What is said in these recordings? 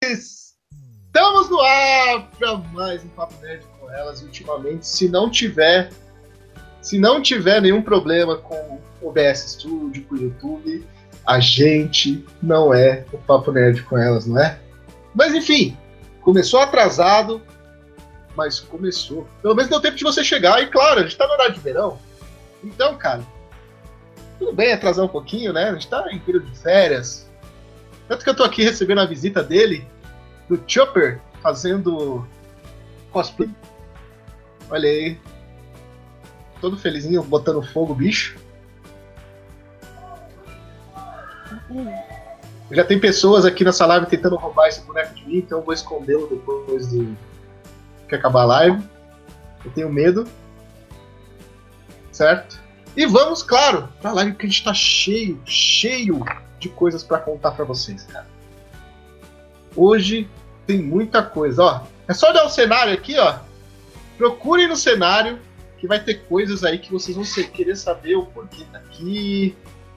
Estamos no ar para mais um Papo Nerd com elas. Ultimamente, se não tiver nenhum problema com o OBS Studio, com o YouTube, a gente não é o Papo Nerd com elas, não é? Mas enfim, começou atrasado, mas começou. Pelo menos deu tempo de você chegar. E claro, a gente tá no horário de verão. Então, cara, tudo bem atrasar um pouquinho, né? A gente tá em período de férias. Tanto que eu tô aqui recebendo a visita dele, do Chopper, fazendo cosplay. Olha aí. Todo felizinho, botando fogo, bicho. Já tem pessoas aqui nessa live tentando roubar esse boneco de mim, então eu vou escondê-lo depois que acabar a live. Eu tenho medo. Certo? E vamos, claro, pra live que a gente tá cheio de coisas pra contar pra vocês, cara. Hoje tem muita coisa, ó. É só olhar o cenário aqui, ó. Procurem no cenário que vai ter coisas aí que vocês vão querer saber o porquê tá aqui,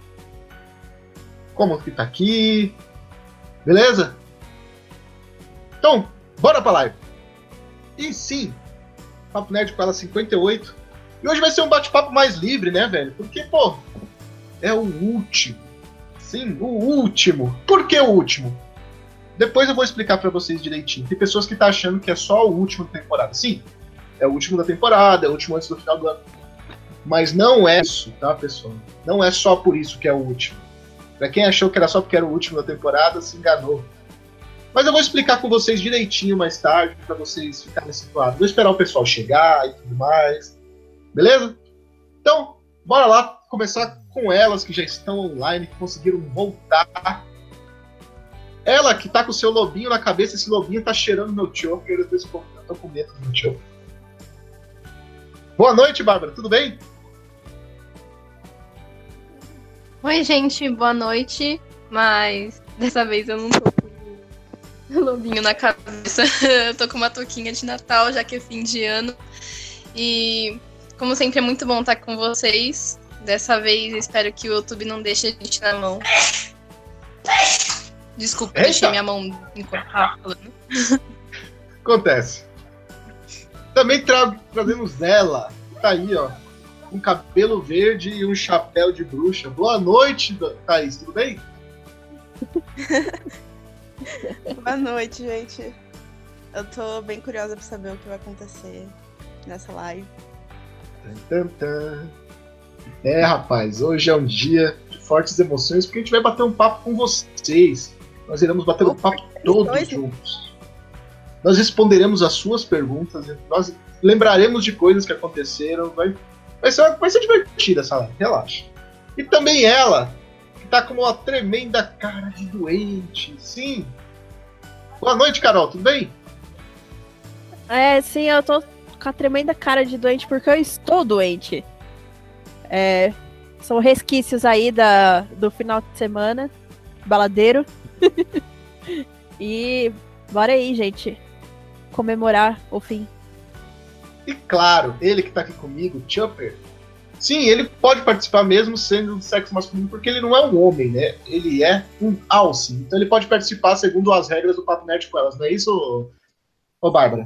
como que tá aqui, beleza? Então, bora pra live. E sim, Papo Nerd com ela 58. E hoje vai ser um bate-papo mais livre, né, velho? Porque, pô, é o último. Sim, o último. Por que o último? Depois eu vou explicar pra vocês direitinho. Tem pessoas que estão achando que é só o último da temporada. Sim, é o último da temporada, é o último antes do final do ano. Mas não é isso, tá, pessoal? Não é só por isso que é o último. Pra quem achou que era só porque era o último da temporada, se enganou. Mas eu vou explicar com vocês direitinho mais tarde, pra vocês ficarem situados. Vou esperar o pessoal chegar e tudo mais. Beleza? Então, bora lá começar com elas que já estão online, que conseguiram voltar. Ela que tá com o seu lobinho na cabeça, esse lobinho tá cheirando meu Chopper, eu tô com medo do meu Chopper. Boa noite, Bárbara, tudo bem? Oi, gente, boa noite, mas dessa vez eu não tô com o lobinho na cabeça. Eu tô com uma touquinha de Natal, já que é fim de ano. E, como sempre, é muito bom estar com vocês. Dessa vez, espero que o YouTube não deixe a gente na mão. Desculpa, Eita. Deixei minha mão enquanto tava falando. Acontece. Também trazemos ela, que tá aí, ó. Um cabelo verde e um chapéu de bruxa. Boa noite, Thaís, tudo bem? Boa noite, gente. Eu tô bem curiosa pra saber o que vai acontecer nessa live. Tan, tan, tan. É, rapaz, hoje é um dia de fortes emoções, porque a gente vai bater um papo com vocês. Nós iremos bater um papo todos juntos. Nós responderemos as suas perguntas, nós lembraremos de coisas que aconteceram. Vai ser divertida essa live, relaxa. E também ela, que tá com uma tremenda cara de doente. Sim. Boa noite, Carol, tudo bem? Sim, eu tô com a tremenda cara de doente porque eu estou doente. São resquícios aí do final de semana, baladeiro. E bora aí, gente, comemorar o fim. E claro, ele que tá aqui comigo, Chopper, sim, ele pode participar mesmo sendo do sexo masculino, porque ele não é um homem, né? Ele é um alce. Então ele pode participar segundo as regras do Papo Nerd com elas, não é isso, ô Bárbara?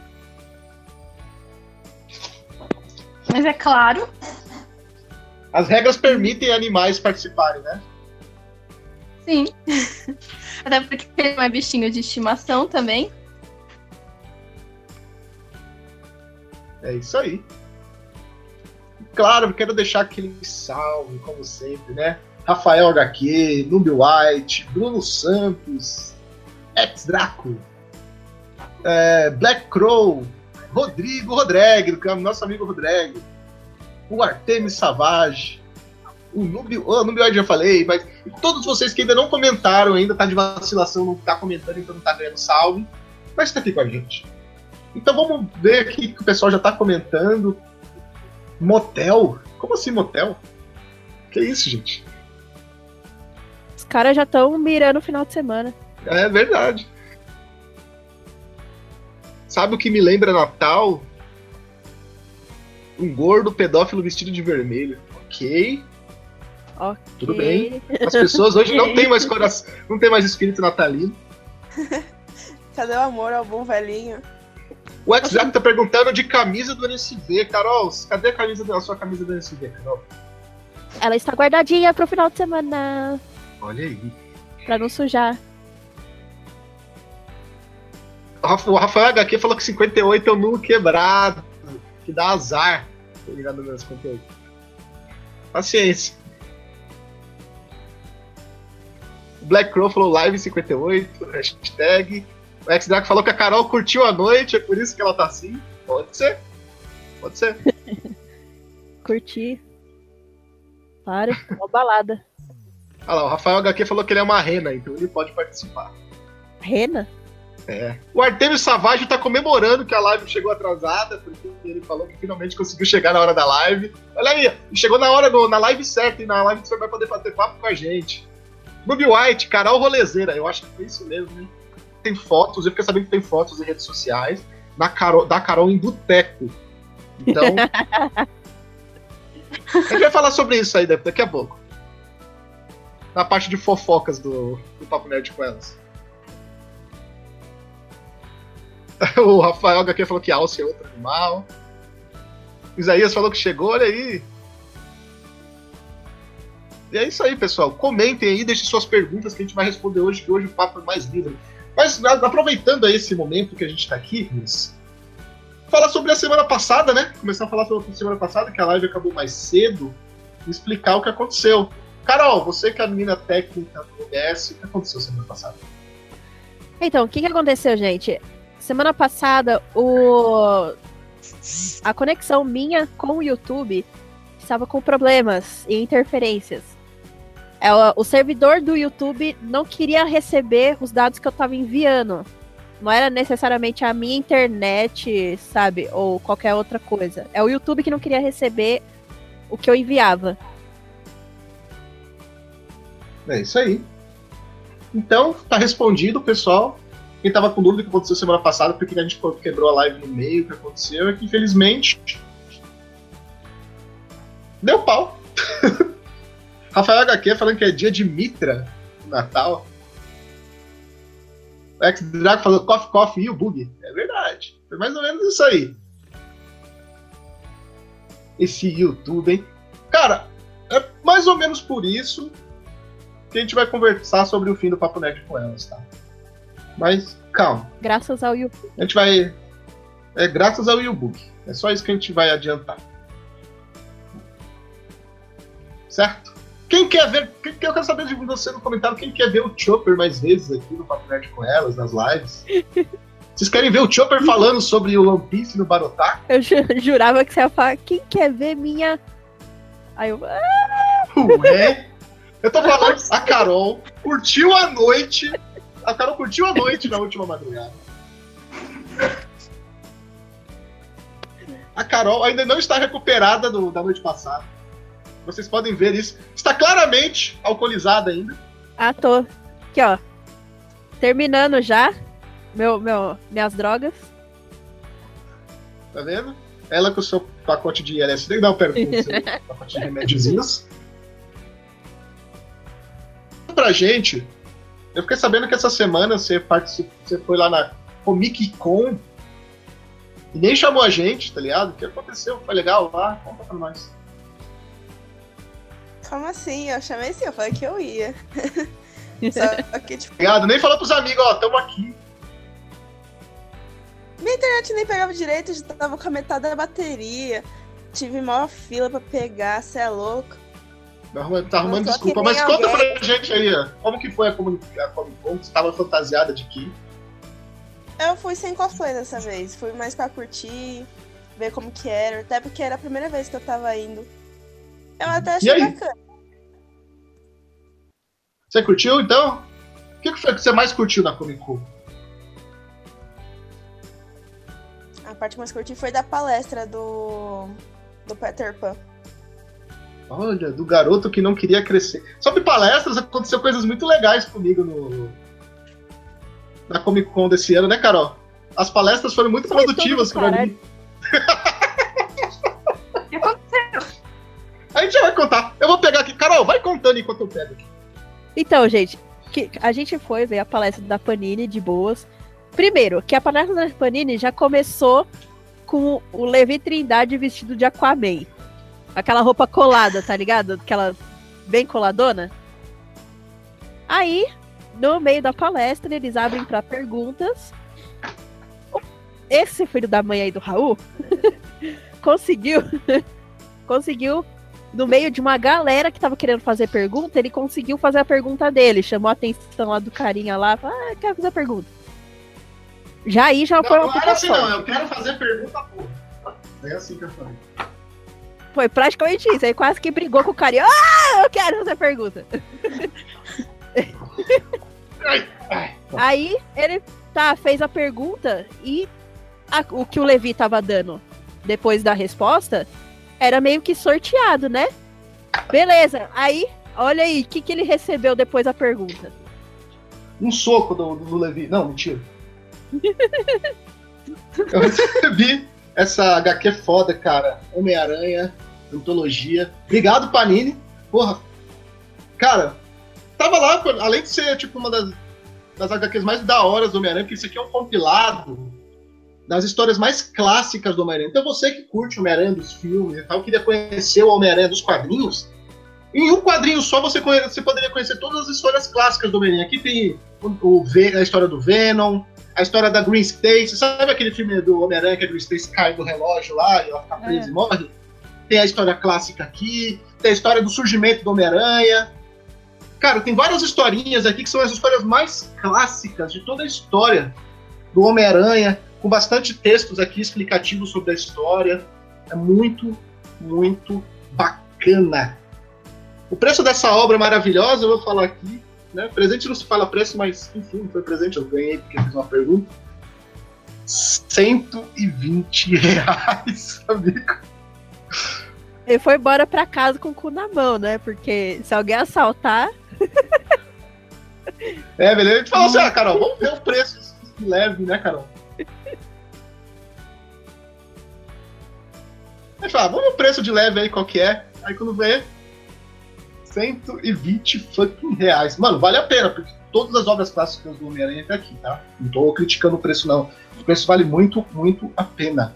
Mas é claro. As regras permitem animais participarem, né? Sim. Até porque ele não é bichinho de estimação também. É isso aí. Claro, quero deixar aquele salve, como sempre, né? Rafael HQ, Nubi White, Bruno Santos, Ex-Draco, Black Crow, Rodrigo Rodrigues, nosso amigo Rodrigo, o Artemis Savage, o Nubi White já falei, mas todos vocês que ainda não comentaram, ainda tá de vacilação, não tá comentando, então não tá ganhando salve, mas tá aqui com a gente. Então vamos ver aqui que o pessoal já tá comentando. Motel? Como assim motel? Que isso, gente? Os caras já estão mirando o final de semana. É verdade. Sabe o que me lembra Natal? Um gordo pedófilo vestido de vermelho. Ok. Tudo bem. As pessoas hoje não têm mais coração, não tem mais espírito natalino. Cadê o amor ao bom velhinho? O X-Jack tá perguntando de camisa do NSV. Carol, cadê a sua camisa do NSV, Carol? Ela está guardadinha pro final de semana. Olha aí. Pra não sujar. O Rafael HQ falou que 58 é o número quebrado. Que dá azar. Tô ligado no número 58. Paciência. O Black Crow falou live 58. Hashtag. O X-Draco falou que a Carol curtiu a noite, é por isso que ela tá assim. Pode ser. Pode ser. Curti. Para, uma balada. Olha lá, o Rafael HQ falou que ele é uma rena, então ele pode participar. Rena? É. O Artemio Savage tá comemorando que a live chegou atrasada, porque ele falou que finalmente conseguiu chegar na hora da live. Olha aí, chegou na hora na live certa, e na live que você vai poder bater papo com a gente. Ruby White, Carol Rolezeira, eu acho que foi isso mesmo, hein? Tem fotos, eu fiquei sabendo que tem fotos em redes sociais da Carol em boteco. Então. A gente vai falar sobre isso aí daqui a pouco. Na parte de fofocas do Papo Nerd com elas. O Rafael HQ falou que Alce é outro animal. O Isaías falou que chegou, olha aí. E é isso aí, pessoal. Comentem aí, deixem suas perguntas que a gente vai responder hoje, que hoje o papo é mais livre. Mas aproveitando aí esse momento que a gente tá aqui, falar sobre a semana passada, né? Começar a falar sobre a semana passada, que a live acabou mais cedo, e explicar o que aconteceu. Carol, você que é a menina técnica do OBS, o que aconteceu semana passada? Então, o que aconteceu, gente? Semana passada, a conexão minha com o YouTube estava com problemas e interferências. O servidor do YouTube não queria receber os dados que eu estava enviando. Não era necessariamente a minha internet, sabe? Ou qualquer outra coisa. É o YouTube que não queria receber o que eu enviava. É isso aí. Então, tá respondido, pessoal. Quem tava com dúvida do que aconteceu semana passada, porque a gente quebrou a live no meio, o que aconteceu é que, infelizmente, deu pau. Rafael HQ falando que é dia de Mitra no Natal. O X-Draco falou coffee e o bug. É verdade. Foi mais ou menos isso aí. Esse YouTube, hein? Cara, é mais ou menos por isso que a gente vai conversar sobre o fim do Papo Nerd com elas, tá? Mas, calma. Graças ao YouTube. A gente vai... É graças ao YouTube. É só isso que a gente vai adiantar. Certo? Quem quer ver... Eu quero saber de você no comentário quem quer ver o Chopper mais vezes aqui no Papo Nerd com elas, nas lives. Vocês querem ver o Chopper falando sobre o One Piece no Barotar? Eu jurava que você ia falar, quem quer ver minha... Aí eu... Ué? Eu tô falando, a Carol curtiu a noite... A Carol curtiu a noite na última madrugada. A Carol ainda não está recuperada da noite passada. Vocês podem ver isso. Está claramente alcoolizada ainda. Ah, tô. Aqui, ó. Terminando já. Minhas drogas. Tá vendo? Ela com o seu pacote de LSD. Não, pera, com o seu pacote de remédiozinhos. Pra gente, eu fiquei sabendo que essa semana você foi lá na Comic Con e nem chamou a gente, tá ligado? O que aconteceu? Foi legal lá? Conta pra nós. Como assim? Eu chamei sim, eu falei que eu ia. Só que, tipo... Obrigado, nem falou pros amigos, ó, tamo aqui. Minha internet nem pegava direito, já tava com a metade da bateria. Tive maior fila pra pegar, cê é louco. Tá arrumando desculpa, mas conta pra gente aí, ó. Como que foi a Comic Con? Você tava fantasiada de quê? Eu fui sem cosplay dessa vez, fui mais pra curtir, ver como que era, até porque era a primeira vez que eu tava indo. Eu até achei bacana. Você curtiu, então? O que foi que você mais curtiu na Comic Con? A parte mais curti foi da palestra do Peter Pan. Olha, do garoto que não queria crescer. Sobre palestras, aconteceu coisas muito legais comigo na Comic Con desse ano, né, Carol? As palestras foram muito produtivas pra mim. O que aconteceu? A gente já vai contar. Eu vou pegar aqui. Carol, vai contando enquanto eu pego aqui. Então, gente, a gente foi ver a palestra da Panini de boas. Primeiro, que a palestra da Panini já começou com o Levi Trindade vestido de Aquaman. Aquela roupa colada, tá ligado? Aquela bem coladona. Aí, no meio da palestra, eles abrem pra perguntas. Esse filho da mãe aí do Raul conseguiu, no meio de uma galera que tava querendo fazer pergunta, ele conseguiu fazer a pergunta dele. Chamou a atenção lá do carinha lá. Falou, quero fazer a pergunta. Já aí já foi uma Não era assim, não. Eu quero fazer pergunta, porra. É assim que eu falei. Foi praticamente isso. Aí quase que brigou com o carinha. Eu quero fazer a pergunta. Aí ele fez a pergunta e o que o Levi tava dando depois da resposta era meio que sorteado, né? Beleza. Aí, olha aí, o que ele recebeu depois da pergunta? Um soco do Levi. Não, mentira. Eu recebi essa HQ foda, cara. Homem-Aranha, antologia. Obrigado, Panini. Porra. Cara, tava lá, além de ser tipo uma das HQs mais da hora do Homem-Aranha, porque isso aqui é um compilado das histórias mais clássicas do Homem-Aranha. Então você que curte o Homem-Aranha dos filmes e tal, queria conhecer o Homem-Aranha dos quadrinhos, em um quadrinho só você poderia conhecer todas as histórias clássicas do Homem-Aranha. Aqui tem a história do Venom, a história da Gwen Stacy. Sabe aquele filme do Homem-Aranha que a Gwen Stacy cai do relógio lá e ela fica presa e morre? Tem a história clássica aqui, tem a história do surgimento do Homem-Aranha. Cara, tem várias historinhas aqui que são as histórias mais clássicas de toda a história do Homem-Aranha, com bastante textos aqui explicativos sobre a história. É muito, muito bacana. O preço dessa obra é maravilhosa, eu vou falar aqui. Né? Presente não se fala preço, mas enfim, não foi presente, eu ganhei porque fiz uma pergunta. R$120, amigo. Ele foi embora pra casa com o cu na mão, né? Porque se alguém assaltar... Beleza. A gente falou assim, Carol, vamos ver o preço leve, né, Carol? A gente fala, vamos ver o preço de leve aí, qual que é. Aí quando vê, R$120. Mano, vale a pena, porque todas as obras clássicas do Homem-Aranha estão aqui, tá? Não tô criticando o preço, não. O preço vale muito, muito a pena.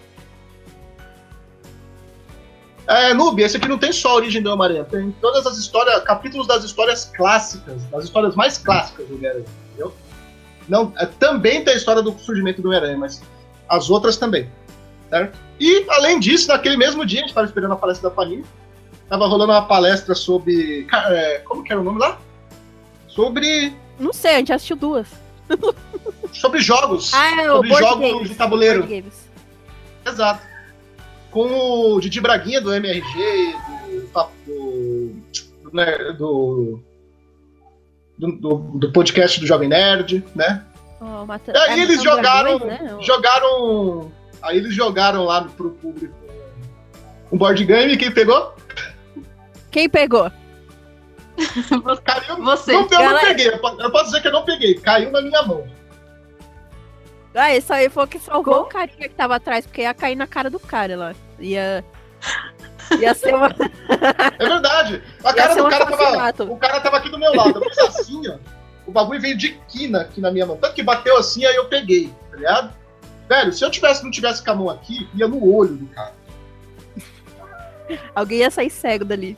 Noob, esse aqui não tem só a origem do Homem-Aranha, tem todas as histórias, capítulos das histórias clássicas, das histórias mais clássicas do Homem-Aranha, entendeu? Não, também tem a história do surgimento do Homem-Aranha, mas as outras também, certo? E, além disso, naquele mesmo dia, a gente estava esperando a palestra da Panini, tava rolando uma palestra sobre... como que era o nome lá? Sobre... Não sei, a gente assistiu duas. Sobre jogos. Sobre jogos de tabuleiro. Exato. Com o Didi Braguinha do MRG, do podcast do Jovem Nerd, né? Aí eles jogaram lá pro público um board game. Quem pegou? Quem pegou? Caiu você. Não peguei. Eu posso dizer que eu não peguei. Caiu na minha mão. Isso aí foi o que salvou o carinha que tava atrás, porque ia cair na cara do cara lá. Ia ser uma... É verdade. A cara do cara tava... O cara tava aqui do meu lado. Eu fiz assim, ó. O bagulho veio de quina aqui na minha mão. Tanto que bateu assim, aí eu peguei, tá ligado? Velho, se eu não tivesse com a mão aqui, ia no olho do cara. Alguém ia sair cego dali.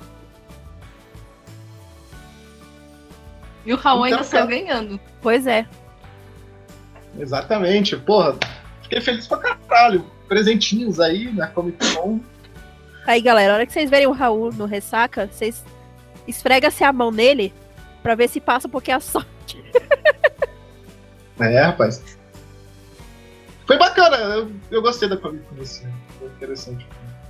E o Raul ainda saiu ganhando. Pois é. Exatamente, porra, fiquei feliz pra caralho. Presentinhos aí na Comic Con. Aí, galera, a hora que vocês verem o Raul no Ressaca, vocês esfrega-se a mão nele pra ver se passa um pouquinho a sorte. Rapaz. Foi bacana, eu gostei da Comic Con esse ano. Foi interessante.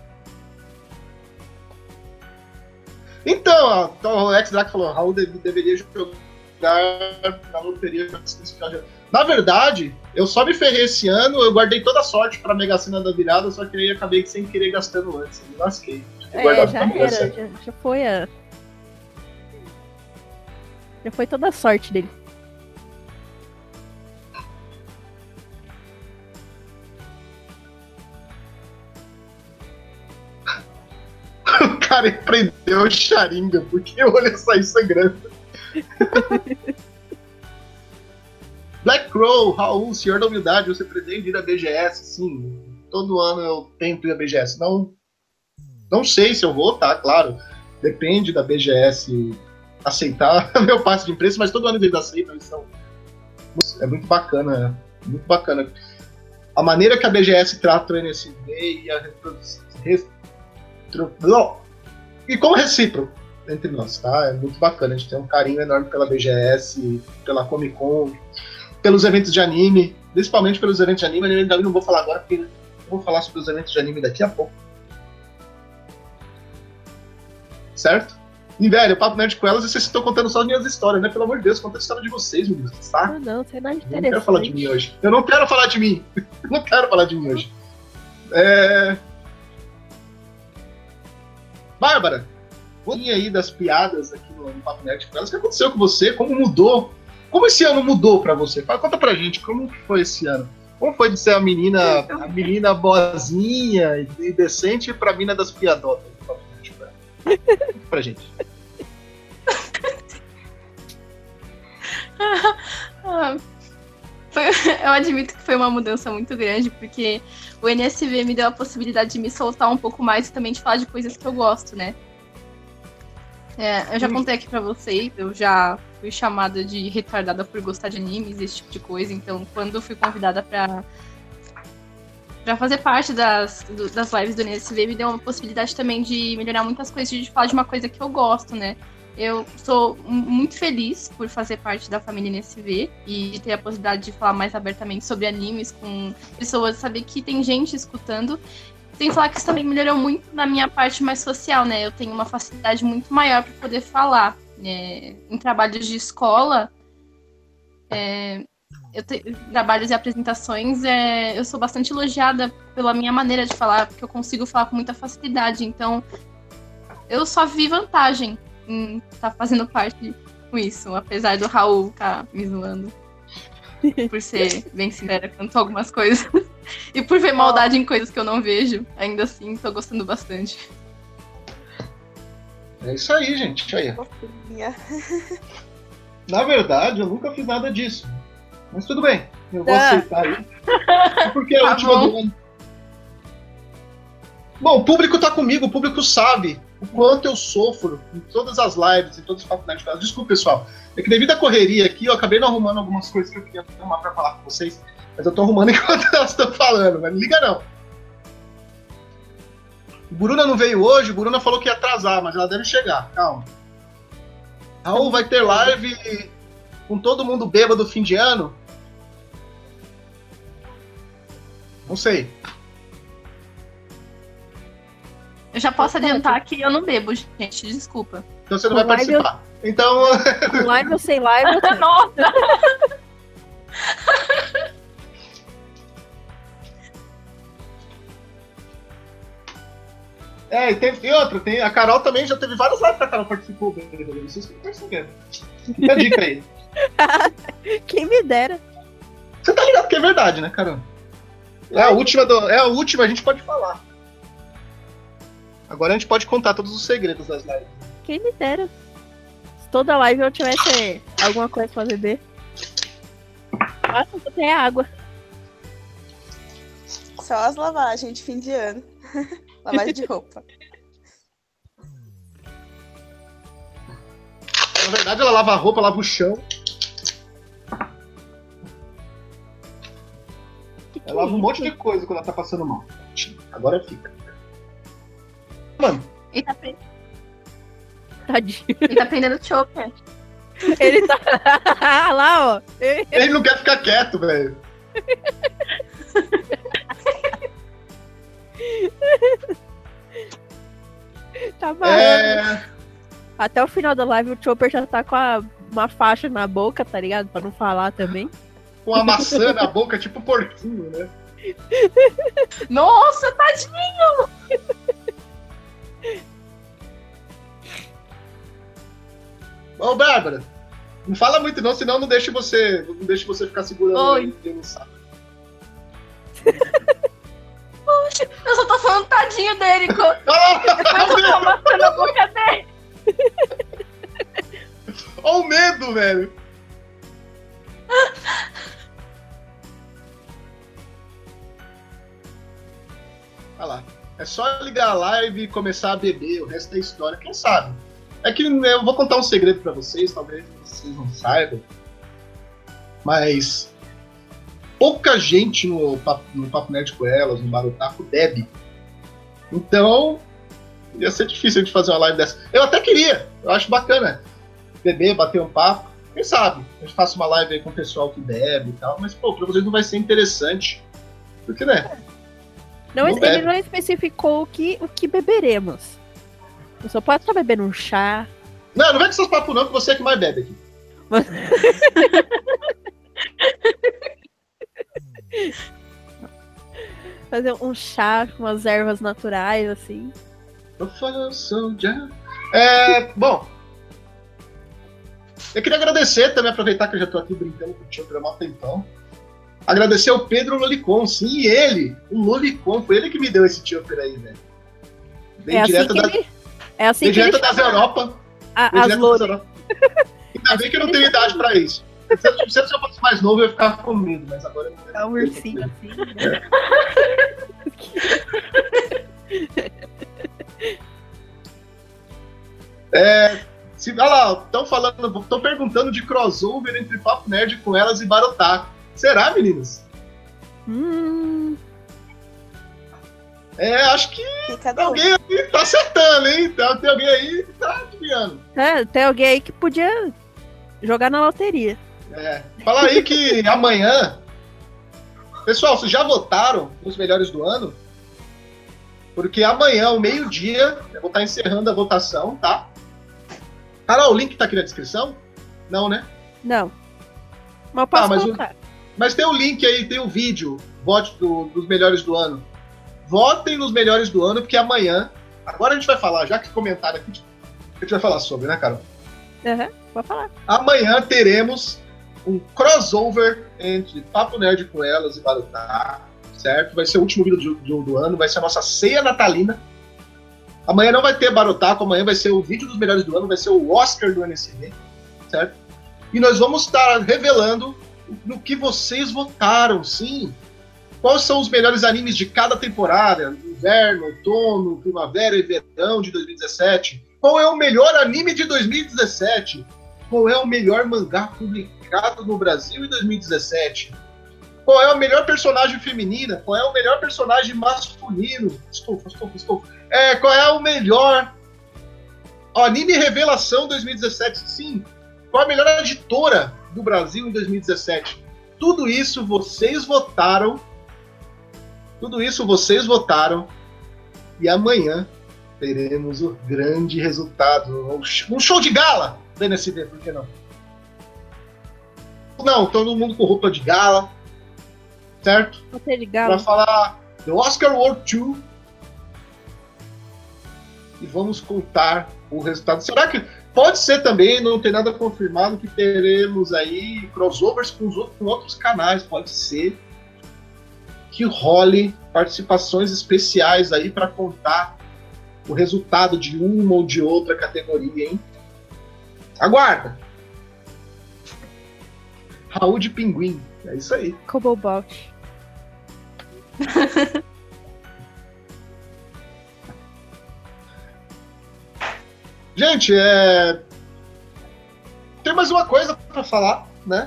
Então, o X-Drac falou, Raul deveria jogar na loteria. Na verdade, eu só me ferrei esse ano, eu guardei toda a sorte pra Mega Sena da virada, só que aí acabei sem querer gastando antes. Me lasquei. Já foi a... Já foi toda a sorte dele. O cara prendeu o Sharingan, porque o olho saiu sangrando. Black Crow, Raul, Senhor da Humildade, você pretende ir à BGS? Sim, todo ano eu tento ir à BGS. Não sei se eu vou, tá? Claro, depende da BGS aceitar meu passe de imprensa, mas todo ano eles aceitam. Então, é muito bacana, muito bacana. A maneira que a BGS trata o NSV e a e como recíproco entre nós, tá? É muito bacana, a gente tem um carinho enorme pela BGS, pela Comic Con, pelos eventos de anime, principalmente pelos eventos de anime. Eu ainda não vou falar agora, porque eu vou falar sobre os eventos de anime daqui a pouco. Certo? E, velho, o Papo Nerd com elas, e vocês estão contando só as minhas histórias, né? Pelo amor de Deus, conta a história de vocês, meninos, tá? Não tem nada interessante. Eu não quero falar de mim hoje. Eu não quero falar de mim. Eu não quero falar de mim hoje. Bárbara, bolinha aí das piadas aqui no Papo Nerd com elas. O que aconteceu com você? Como mudou? Como esse ano mudou pra você? Conta pra gente, como foi esse ano? Como foi de ser a menina boazinha e decente pra mina das piadotas? Pra gente. Eu admito que foi uma mudança muito grande, porque o NSV me deu a possibilidade de me soltar um pouco mais e também de falar de coisas que eu gosto, né? Eu já contei aqui pra vocês, eu já fui chamada de retardada por gostar de animes, esse tipo de coisa. Então, quando eu fui convidada pra fazer parte das lives do NSV, me deu uma possibilidade também de melhorar muitas coisas, de falar de uma coisa que eu gosto, né? Eu sou muito feliz por fazer parte da família NSV e de ter a possibilidade de falar mais abertamente sobre animes com pessoas, saber que tem gente escutando. Sem falar que isso também melhorou muito na minha parte mais social, né? Eu tenho uma facilidade muito maior para poder falar. Em trabalhos de escola, trabalhos e apresentações, eu sou bastante elogiada pela minha maneira de falar, porque eu consigo falar com muita facilidade. Então, eu só vi vantagem em estar fazendo parte com isso, apesar do Raul ficar me zoando. Por ser bem sincera quanto a algumas coisas. E por ver maldade em coisas que eu não vejo. Ainda assim, tô gostando bastante. É isso aí, gente. Isso aí. Na verdade, eu nunca fiz nada disso. Mas tudo bem. Eu vou aceitar aí. Porque é a última do ano. Bom, o público tá comigo. O público sabe o quanto eu sofro em todas as lives, em todas as faculdades. Desculpa, pessoal. É que devido à correria aqui, eu acabei não arrumando algumas coisas que eu queria arrumar pra falar com vocês. Mas eu tô arrumando enquanto elas estão falando. Mas não liga, não. O Buruna não veio hoje. O Buruna falou que ia atrasar, mas ela deve chegar. Calma. Raul vai ter live com todo mundo bêbado fim de ano? Não sei. Eu já posso adiantar que eu não bebo, gente. Desculpa. Então você não vai participar. Então... Live ou sem live? Nossa! E outra, a Carol também já teve várias lives que a Carol participou. Vocês não perceberam. Fica a dica aí. Quem me dera. Você tá ligado que é verdade, né, Carol? É a última, a gente pode falar. Agora a gente pode contar todos os segredos das lives. Quem me dera. Se toda live eu tivesse alguma coisa pra beber. Nossa, só tem água. Só as lavagens de fim de ano. Lavagem de roupa. Na verdade, ela lava a roupa, lava o chão. Ela lava um monte de coisa quando ela tá passando mal. Agora fica. Mano. Ele tá Tadinho. Ele tá prendendo choker. Ele tá lá, ó. Ele não quer ficar quieto, velho. Tá maluco. Até o final da live o Chopper já tá com uma faixa na boca, tá ligado? Pra não falar também. Com a maçã na boca, tipo porquinho, né? Nossa, tadinho! Ô, Bárbara, não fala muito não, senão não deixe você ficar segurando ele no saco. Poxa, eu só tô falando tadinho dele. Depois eu tô amassando a boca dele. Olha o medo, velho. Olha lá. É só ligar a live e começar a beber, o resto é história, quem sabe? É que eu vou contar um segredo pra vocês, talvez vocês não saibam, mas pouca gente no Papo Nerd com Elas, no Barotaco, bebe. Então, ia ser difícil de fazer uma live dessa. Eu até queria, eu acho bacana beber, bater um papo. Quem sabe? A gente faça uma live aí com o pessoal que bebe e tal, mas, pô, pra vocês não vai ser interessante. Porque, né? Não, ele não especificou o que beberemos. Eu só pode estar bebendo um chá. Não vem com esses papos não, que você é que mais bebe aqui. Fazer um chá com umas ervas naturais, assim. Bom, eu queria agradecer também, aproveitar que eu já tô aqui brincando com o tio há um tempão. Agradecer ao Pedro Lolicon, sim, ele, o Lolicon, foi ele que me deu esse Chopper aí, velho. Veio direto das Europa. As louras. Ainda bem que eu não tenho idade pra isso. Se eu fosse mais novo, eu ia ficar com medo, mas agora eu não tenho. É um ursinho assim, né? Olha lá, estão perguntando de crossover entre Papo Nerd com Elas e Barotaco. Será, meninas? Acho que alguém aí tá acertando, hein? Tem alguém aí que tá adivinhando. Tem alguém aí que podia jogar na loteria. Fala aí que amanhã... Pessoal, vocês já votaram nos melhores do ano? Porque amanhã, ao meio-dia, eu vou estar encerrando a votação, tá? Carol, o link tá aqui na descrição? Não, né? Não. Mas eu posso colocar. Mas tem o link aí, tem o vídeo. Vote dos melhores do ano. Votem nos melhores do ano, porque amanhã... Agora a gente vai falar, já que comentaram aqui, a gente vai falar sobre, né, Carol? Vou falar. Amanhã teremos um crossover entre Papo Nerd com Elas e Barotaco, certo? Vai ser o último vídeo do ano, vai ser a nossa ceia natalina. Amanhã não vai ter Barotaco, amanhã vai ser o vídeo dos melhores do ano, vai ser o Oscar do NSV, certo? E nós vamos estar revelando no que vocês votaram, sim. Quais são os melhores animes de cada temporada? Inverno, outono, primavera e verão de 2017. Qual é o melhor anime de 2017? Qual é o melhor mangá publicado no Brasil em 2017? Qual é a melhor personagem feminina? Qual é o melhor personagem masculino? Qual é o melhor anime revelação 2017? Sim. Qual a melhor editora do Brasil em 2017? Tudo isso vocês votaram. E amanhã teremos o grande resultado. Um show de gala da NSV, por que não? Não, todo mundo com roupa de gala. Certo? De gala. Pra falar do Oscar World 2. E vamos contar o resultado. Será que pode ser também, não tem nada confirmado, que teremos aí crossovers com outros canais? Pode ser que role participações especiais aí para contar o resultado de uma ou de outra categoria, hein? Aguarda! Raul de Pinguim, é isso aí. Cobobot. Gente, tem mais uma coisa para falar, né?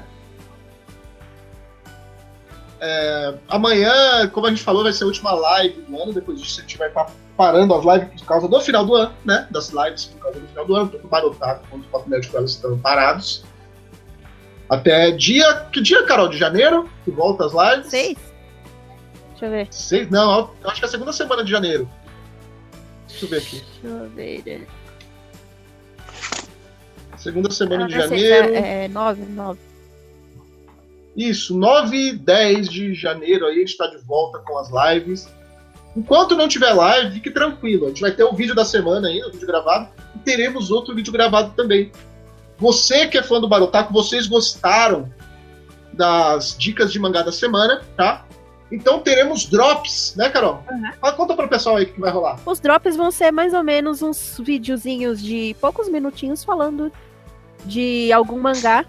Amanhã, como a gente falou, vai ser a última live do ano. Depois disso, a gente vai estar parando as lives por causa do final do ano, né? Das lives por causa do final do ano. Tanto o Barotaco quanto o Papo Nerd com Elas estão parados. Até que dia, Carol? De janeiro? Que volta as lives? 6. Deixa eu ver. 6? Não, eu acho que é a segunda semana de janeiro. Deixa eu ver aqui. Deixa eu ver. Segunda semana de janeiro. 9. Isso, 9 e 10 de janeiro aí a gente está de volta com as lives. Enquanto não tiver live, fique tranquilo. A gente vai ter o vídeo da semana aí, o vídeo gravado, e teremos outro vídeo gravado também. Você que é fã do Barotaco, vocês gostaram das dicas de mangá da semana, tá? Então teremos drops, né, Carol? Conta para o pessoal aí o que vai rolar. Os drops vão ser mais ou menos uns videozinhos de poucos minutinhos falando de algum mangá.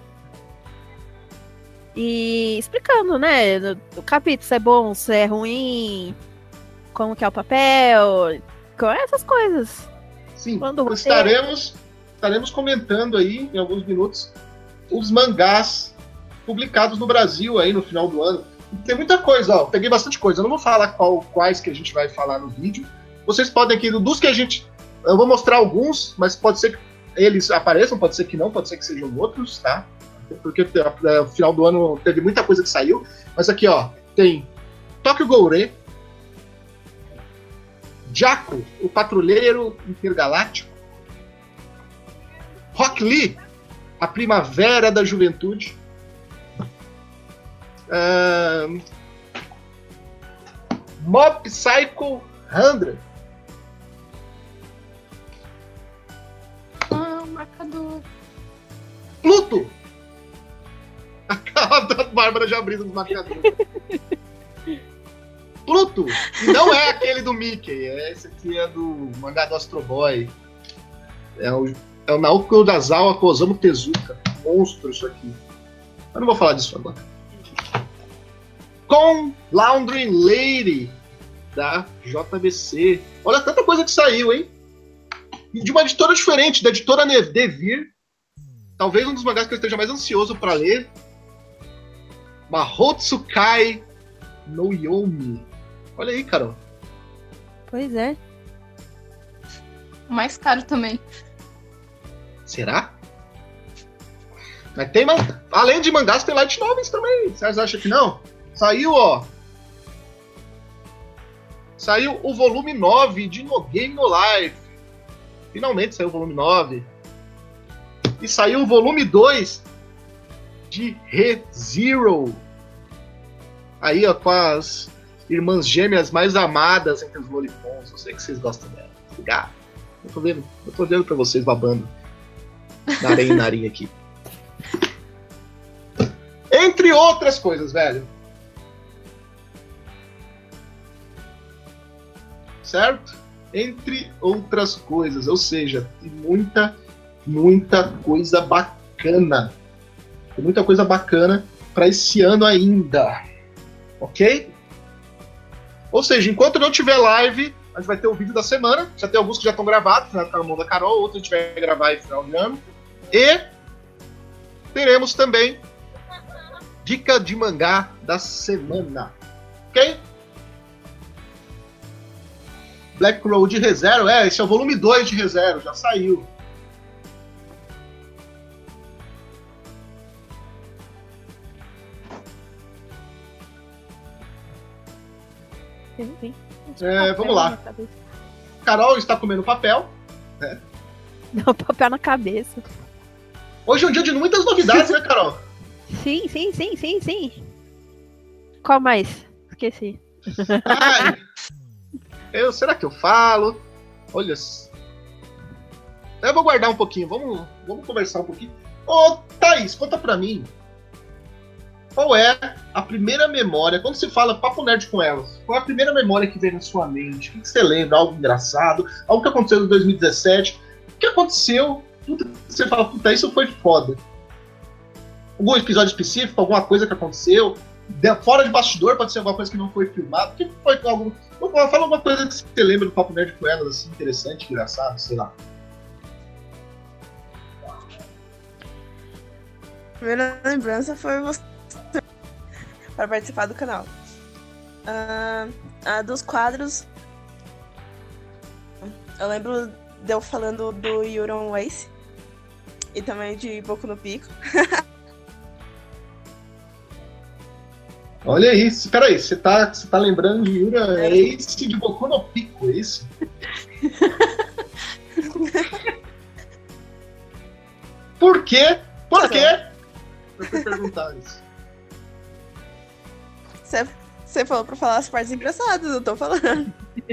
E explicando, né, o capítulo, se é bom, se é ruim, como que é o papel, com essas coisas. Sim, Quando estaremos comentando aí, em alguns minutos, os mangás publicados no Brasil aí no final do ano. Tem muita coisa, ó. Peguei bastante coisa. Eu não vou falar quais que a gente vai falar no vídeo. Vocês podem aqui, dos que a gente... Eu vou mostrar alguns, mas pode ser que eles apareçam, pode ser que não, pode ser que sejam outros, tá? Porque no final do ano teve muita coisa que saiu. Mas aqui, ó, tem Tokyo Ghoul, Jaco, o Patrulheiro Intergaláctico, Rock Lee, a Primavera da Juventude, Mob Psycho 100, Marcador. Pluto, a cara da Bárbara já abrindo os marcadores. Pluto, e não é aquele do Mickey, esse aqui é do mangá do Astro Boy. É o Naoki Urasawa com Osamu Tezuka. Monstro isso aqui. Eu não vou falar disso agora. Com Laundry Lady, da JBC. Olha tanta coisa que saiu, hein? E de uma editora diferente, da editora Devir. Talvez um dos mangás que eu esteja mais ansioso para ler. Mahotsukai no Yomi. Olha aí, Carol. Pois é. O mais caro também. Será? Mas tem, além de mangás, tem light novels também. Vocês acham que não? Saiu, ó. Saiu o volume 9 de No Game No Life. Finalmente saiu o volume 9. E saiu o volume 2 de ReZero. Aí, ó, com as irmãs gêmeas mais amadas entre os lolipons. Eu sei que vocês gostam dela. Obrigado. Eu tô vendo pra vocês babando. Narinha aqui. Entre outras coisas, velho. Certo? Entre outras coisas. Ou seja, tem muita coisa bacana. Tem muita coisa bacana pra esse ano ainda. Ok? Ou seja, enquanto não tiver live, a gente vai ter o vídeo da semana. Já tem alguns que já estão gravados, né? Tá na mão da Carol, outros a gente vai gravar em final de ano. E teremos também dica de mangá da semana. Ok? Black Road ReZero, esse é o volume 2 de ReZero, já saiu. Vamos lá. Carol está comendo papel. Né? Não, papel na cabeça. Hoje é um dia de muitas novidades, né, Carol? Sim. Qual mais? Esqueci. Ai, será que eu falo? Olha. Eu vou guardar um pouquinho. Vamos conversar um pouquinho. Ô, Thaís, conta pra mim. Qual é a primeira memória, quando se fala papo nerd com elas, qual é a primeira memória que vem na sua mente? O que você lembra? Algo engraçado? Algo que aconteceu em 2017? O que aconteceu? Tudo que você fala, puta, isso foi foda. Algum episódio específico? Alguma coisa que aconteceu? Fora de bastidor, pode ser alguma coisa que não foi filmada? O que foi algo... Fala alguma coisa que você lembra do papo nerd com elas, assim, interessante, engraçado, sei lá. A primeira lembrança foi você para participar do canal. A dos quadros, eu lembro de eu falando do Yuron Ace e também de Boku no Pico. Olha aí, peraí, você tá lembrando de Yuron Ace de Boku no Pico, é isso? Por quê? Por quê? Eu fui perguntar isso. Você falou pra falar as partes engraçadas, eu tô falando.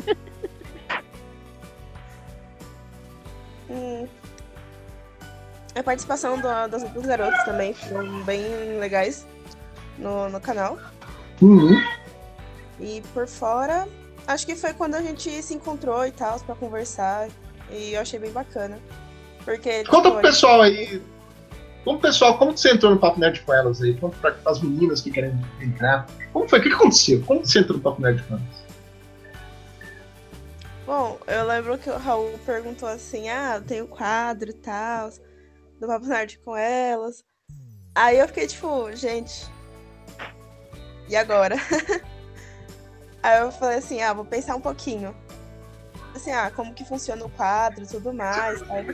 A participação das outras garotas também foram bem legais no canal. Uhum. E por fora, acho que foi quando a gente se encontrou e tal, pra conversar. E eu achei bem bacana. Porque, conta pro pessoal aí. Como você entrou no Papo Nerd com elas aí? Conta para as meninas que querem entrar. Como foi? O que aconteceu? Como você entrou no Papo Nerd com elas? Bom, eu lembro que o Raul perguntou assim, tem o quadro e tal, do Papo Nerd com elas. Aí eu fiquei tipo, gente, e agora? Aí eu falei assim, vou pensar um pouquinho. Assim, como que funciona o quadro e tudo mais, tá?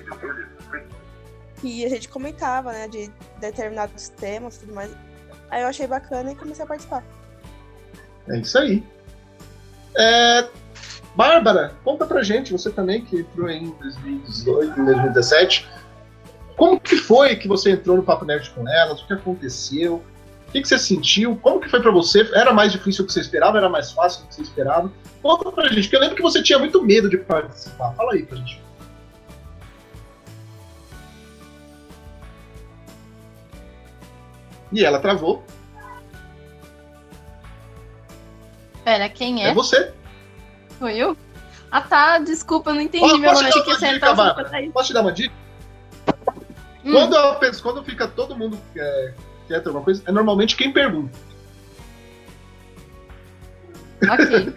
E a gente comentava, né, de determinados temas e tudo mais. Aí eu achei bacana e comecei a participar. É isso aí. Bárbara, conta pra gente, você também que entrou em 2018, em 2017. Como que foi que você entrou no Papo Nerd com elas? O que aconteceu? O que você sentiu? Como que foi pra você? Era mais difícil do que você esperava? Era mais fácil do que você esperava? Conta pra gente, porque eu lembro que você tinha muito medo de participar. Fala aí pra gente. E ela travou. Pera, quem é? É você. Sou eu? Ah, tá. Desculpa, eu não entendi meu nome. Achei que você entrava. Posso te dar uma dica? Quando fica todo mundo quieto alguma coisa, é normalmente quem pergunta. Ok.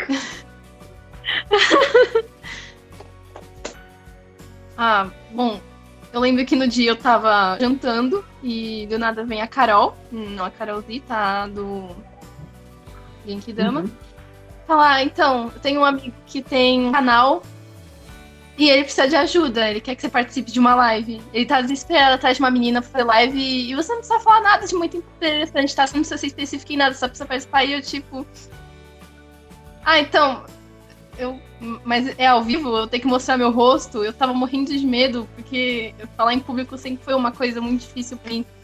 Bom, eu lembro que no dia eu tava jantando e do nada vem a Carol, não a Carolzita, do Genkidama. Falar, então, eu tenho um amigo que tem um canal e ele precisa de ajuda, ele quer que você participe de uma live. Ele tá desesperado atrás de uma menina pra fazer live e você não precisa falar nada de muito interessante, tá? Você não precisa ser específico em nada, só precisa participar. E eu, tipo... então... Mas é ao vivo, eu tenho que mostrar meu rosto. Eu tava morrendo de medo, porque falar em público sempre foi uma coisa muito difícil pra mim.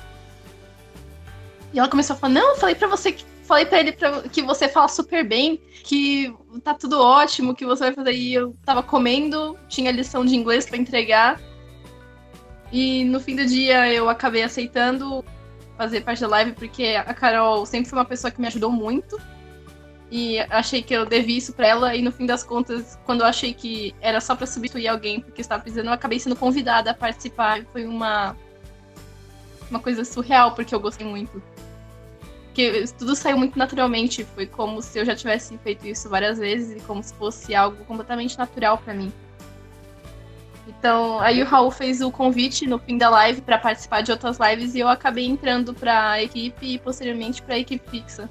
E ela começou a falar, não, falei pra ele que você fala super bem, que tá tudo ótimo, que você vai fazer. E eu tava comendo, tinha lição de inglês pra entregar. E no fim do dia eu acabei aceitando fazer parte da live, porque a Carol sempre foi uma pessoa que me ajudou muito. E achei que eu devia isso pra ela, e no fim das contas, quando eu achei que era só pra substituir alguém porque estava precisando, eu acabei sendo convidada a participar. E foi uma coisa surreal, porque eu gostei muito. Porque tudo saiu muito naturalmente, foi como se eu já tivesse feito isso várias vezes, e como se fosse algo completamente natural pra mim. Então, aí o Raul fez o convite no fim da live pra participar de outras lives, e eu acabei entrando pra equipe e posteriormente pra equipe fixa.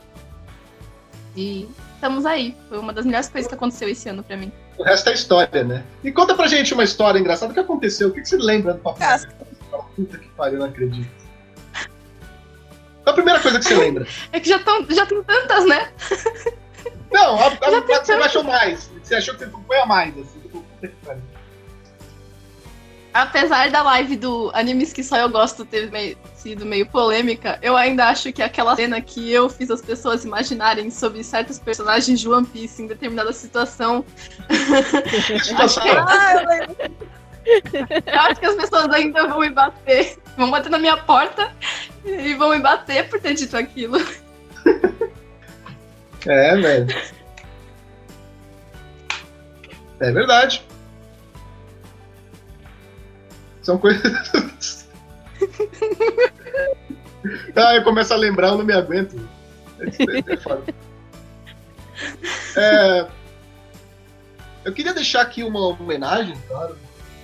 E estamos aí. Foi uma das melhores coisas que aconteceu esse ano pra mim. O resto é história, né? E conta pra gente uma história engraçada. O que aconteceu? O que você lembra do Papo Nerd? Puta que pariu, eu não acredito. Qual a primeira coisa que você lembra? É que já tem tantas, né? Não, você não achou mais. Você achou que você foi a mais, assim. Puta que pariu. Apesar da live do Animes que só eu gosto ter sido meio polêmica, eu ainda acho que aquela cena que eu fiz as pessoas imaginarem sobre certos personagens de One Piece em determinada situação. Eu acho que as pessoas ainda vão me bater. Vão bater na minha porta e vão me bater por ter dito aquilo. É, velho. É verdade. São coisas... eu começo a lembrar, eu não me aguento. É foda. Eu queria deixar aqui uma homenagem, claro.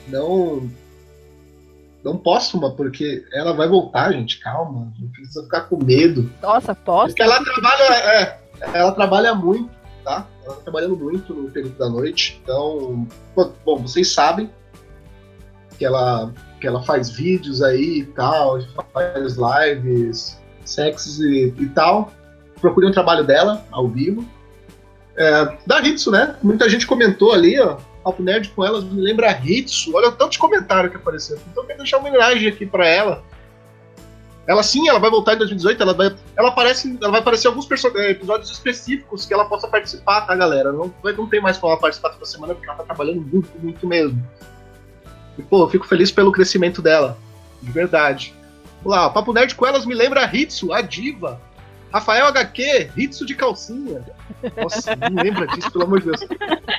Não póstuma, porque ela vai voltar, gente. Calma, não precisa ficar com medo. Nossa, posso? Porque ela trabalha muito, tá? Ela tá trabalhando muito no período da noite. Então, bom, vocês sabem que ela faz vídeos aí e tal, faz lives sexys e tal. Procurem o trabalho dela, ao vivo. Da Hitsu, né? Muita gente comentou ali, ó. Papo Nerd com elas me lembra a Hitsu. Olha o tanto de comentário que apareceu. Então eu quero deixar uma homenagem aqui pra ela. Ela sim, ela vai voltar em 2018. Ela vai aparecer alguns episódios específicos que ela possa participar, tá, galera? Não tem mais como ela participar toda semana, porque ela tá trabalhando muito, muito mesmo. E, pô, eu fico feliz pelo crescimento dela. De verdade. Vamos lá, o Papo Nerd com elas me lembra a Hitsu, a diva. Rafael HQ, Hitsu de calcinha. Nossa, não lembra disso, pelo amor de Deus.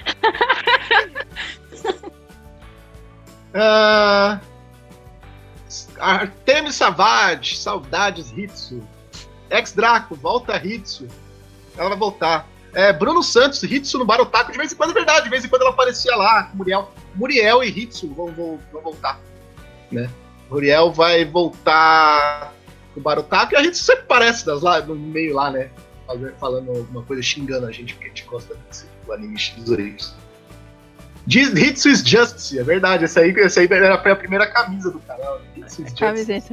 Artemis Savage, saudades Hitsu. Ex-Draco, volta Hitsu. Ela vai voltar. Bruno Santos, Hitsu no Barotaku, de vez em quando é verdade, de vez em quando ela aparecia lá, Muriel e Hitsu vão voltar, né? Muriel vai voltar pro Barotaku e a Hitsu sempre aparece no meio lá, né? Falando alguma coisa, xingando a gente, porque a gente gosta do anime dos origens. Hitsu is Justice, é foi a primeira camisa do canal. Hitsu is Justice. Camiseta.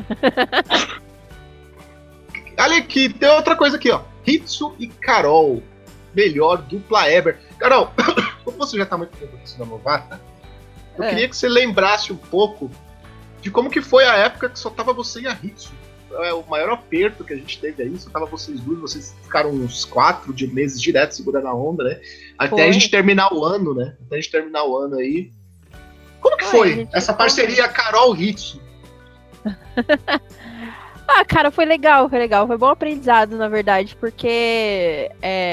Olha aqui, tem outra coisa aqui, ó. Hitsu e Carol, melhor dupla ever. Carol, como você já tá muito tempo aqui na Novata, eu queria que você lembrasse um pouco de como que foi a época que só tava você e a Hitsu. O maior aperto que a gente teve aí, só tava vocês duas, vocês ficaram uns 4 meses direto segurando a onda, né? Até a gente terminar o ano, né? Até a gente terminar o ano aí. Como que foi essa parceria Carol-Hitsu? Cara, foi legal. Foi bom aprendizado, na verdade, porque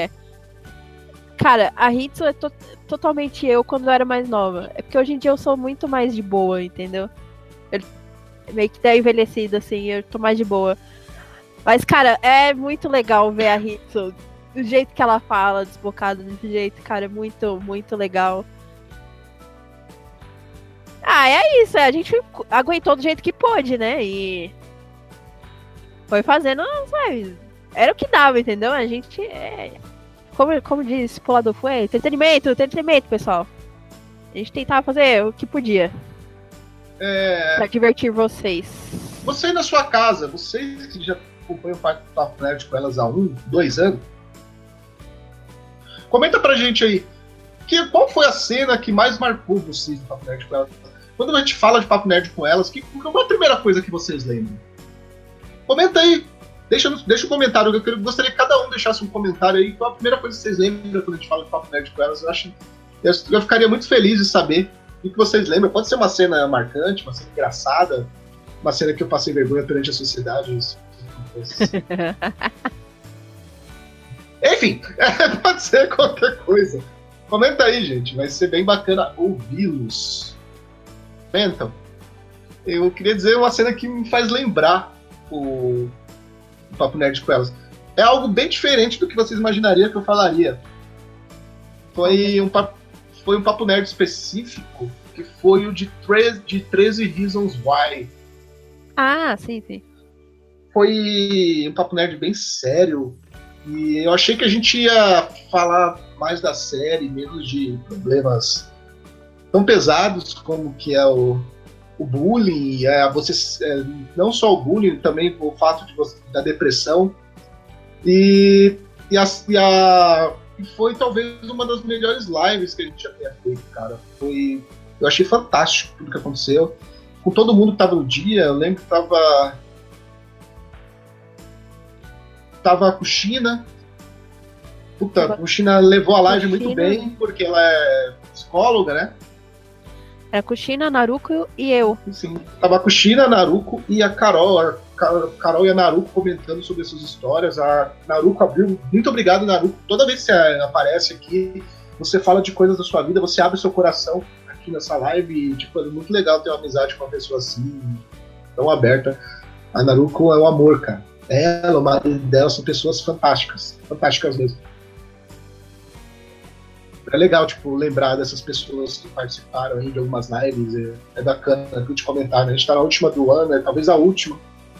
cara, a Hitsu é totalmente eu quando eu era mais nova. É porque hoje em dia eu sou muito mais de boa, entendeu? Meio que tá envelhecido, assim, eu tô mais de boa. Mas, cara, é muito legal ver a Hitsu do jeito que ela fala, desbocada desse jeito, cara, é muito, muito legal. É isso, a gente aguentou do jeito que pôde, né? E foi fazendo, sabe? Era o que dava, entendeu? A gente como diz Pulador foi, entretenimento, pessoal. A gente tentava fazer o que podia. Pra divertir vocês. Você na sua casa, vocês que já acompanham o Papo Nerd com elas há 1, 2 anos, comenta pra gente aí, qual foi a cena que mais marcou vocês no Papo Nerd com elas? Quando a gente fala de Papo Nerd com elas, qual é a primeira coisa que vocês lembram? Comenta aí, deixa um comentário, eu gostaria que cada um deixasse um comentário aí, qual a primeira coisa que vocês lembram quando a gente fala de Papo Nerd com elas. Eu ficaria muito feliz de saber o que vocês lembram. Pode ser uma cena marcante, uma cena engraçada, uma cena que eu passei vergonha perante a sociedade. Enfim, pode ser qualquer coisa. Comenta aí, gente. Vai ser bem bacana ouvi-los. Então, eu queria dizer uma cena que me faz lembrar o Papo Nerd com elas. É algo bem diferente do que vocês imaginariam que eu falaria. Foi um Papo Nerd específico, que foi o de 13 Reasons Why. Sim. Foi um Papo Nerd bem sério, e eu achei que a gente ia falar mais da série, menos de problemas tão pesados como que é o bullying, não só o bullying, também o fato da depressão, e foi talvez uma das melhores lives que a gente já tenha feito, cara. Eu achei fantástico tudo que aconteceu. Com todo mundo que tava no dia, eu lembro que tava a Kushina. A Kushina levou a live muito bem, porque ela é psicóloga, né? Era a Kushina, a Naruko e eu. Sim, tava a Kushina, a Naruko e a Carol. A Carol e a Naruko comentando sobre essas histórias. A Naruko abriu. Muito obrigado, Naruko. Toda vez que você aparece aqui, você fala de coisas da sua vida, você abre seu coração aqui nessa live. E, é muito legal ter uma amizade com uma pessoa assim, tão aberta. A Naruko é um amor, cara. Ela, o marido dela, são pessoas fantásticas. Fantásticas mesmo. É legal, lembrar dessas pessoas que participaram aí de algumas lives. É bacana de comentar, né? A gente tá na última do ano, talvez a última.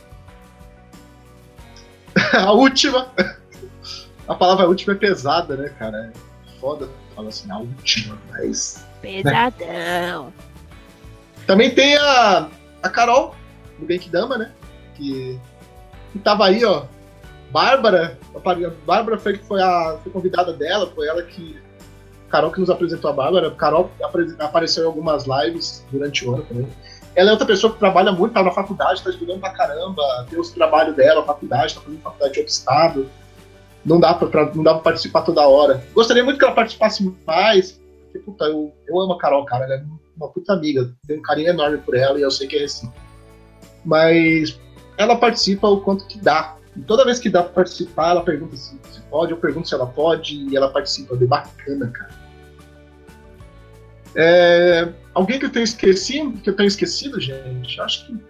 A última! A palavra última é pesada, né, cara? É foda falar assim, a última, mas... Pesadão! Né? Também tem a Carol, do Genkidama, né? Que tava aí, ó. Bárbara foi convidada dela, foi ela que... Carol que nos apresentou a Bárbara. Carol apareceu em algumas lives durante o ano também. Ela é outra pessoa que trabalha muito, tá na faculdade, tá estudando pra caramba, tem os trabalhos dela, a faculdade, tá fazendo faculdade de outro estado. Não dá pra participar toda hora. Gostaria muito que ela participasse mais, porque, eu amo a Carol, cara, ela é uma puta amiga, tenho um carinho enorme por ela e eu sei que é recíproco. Mas ela participa o quanto que dá. E toda vez que dá pra participar, ela pergunta se pode, eu pergunto se ela pode, e ela participa. É bacana, cara. Alguém que eu tenho esquecido, gente? Acho que... Eu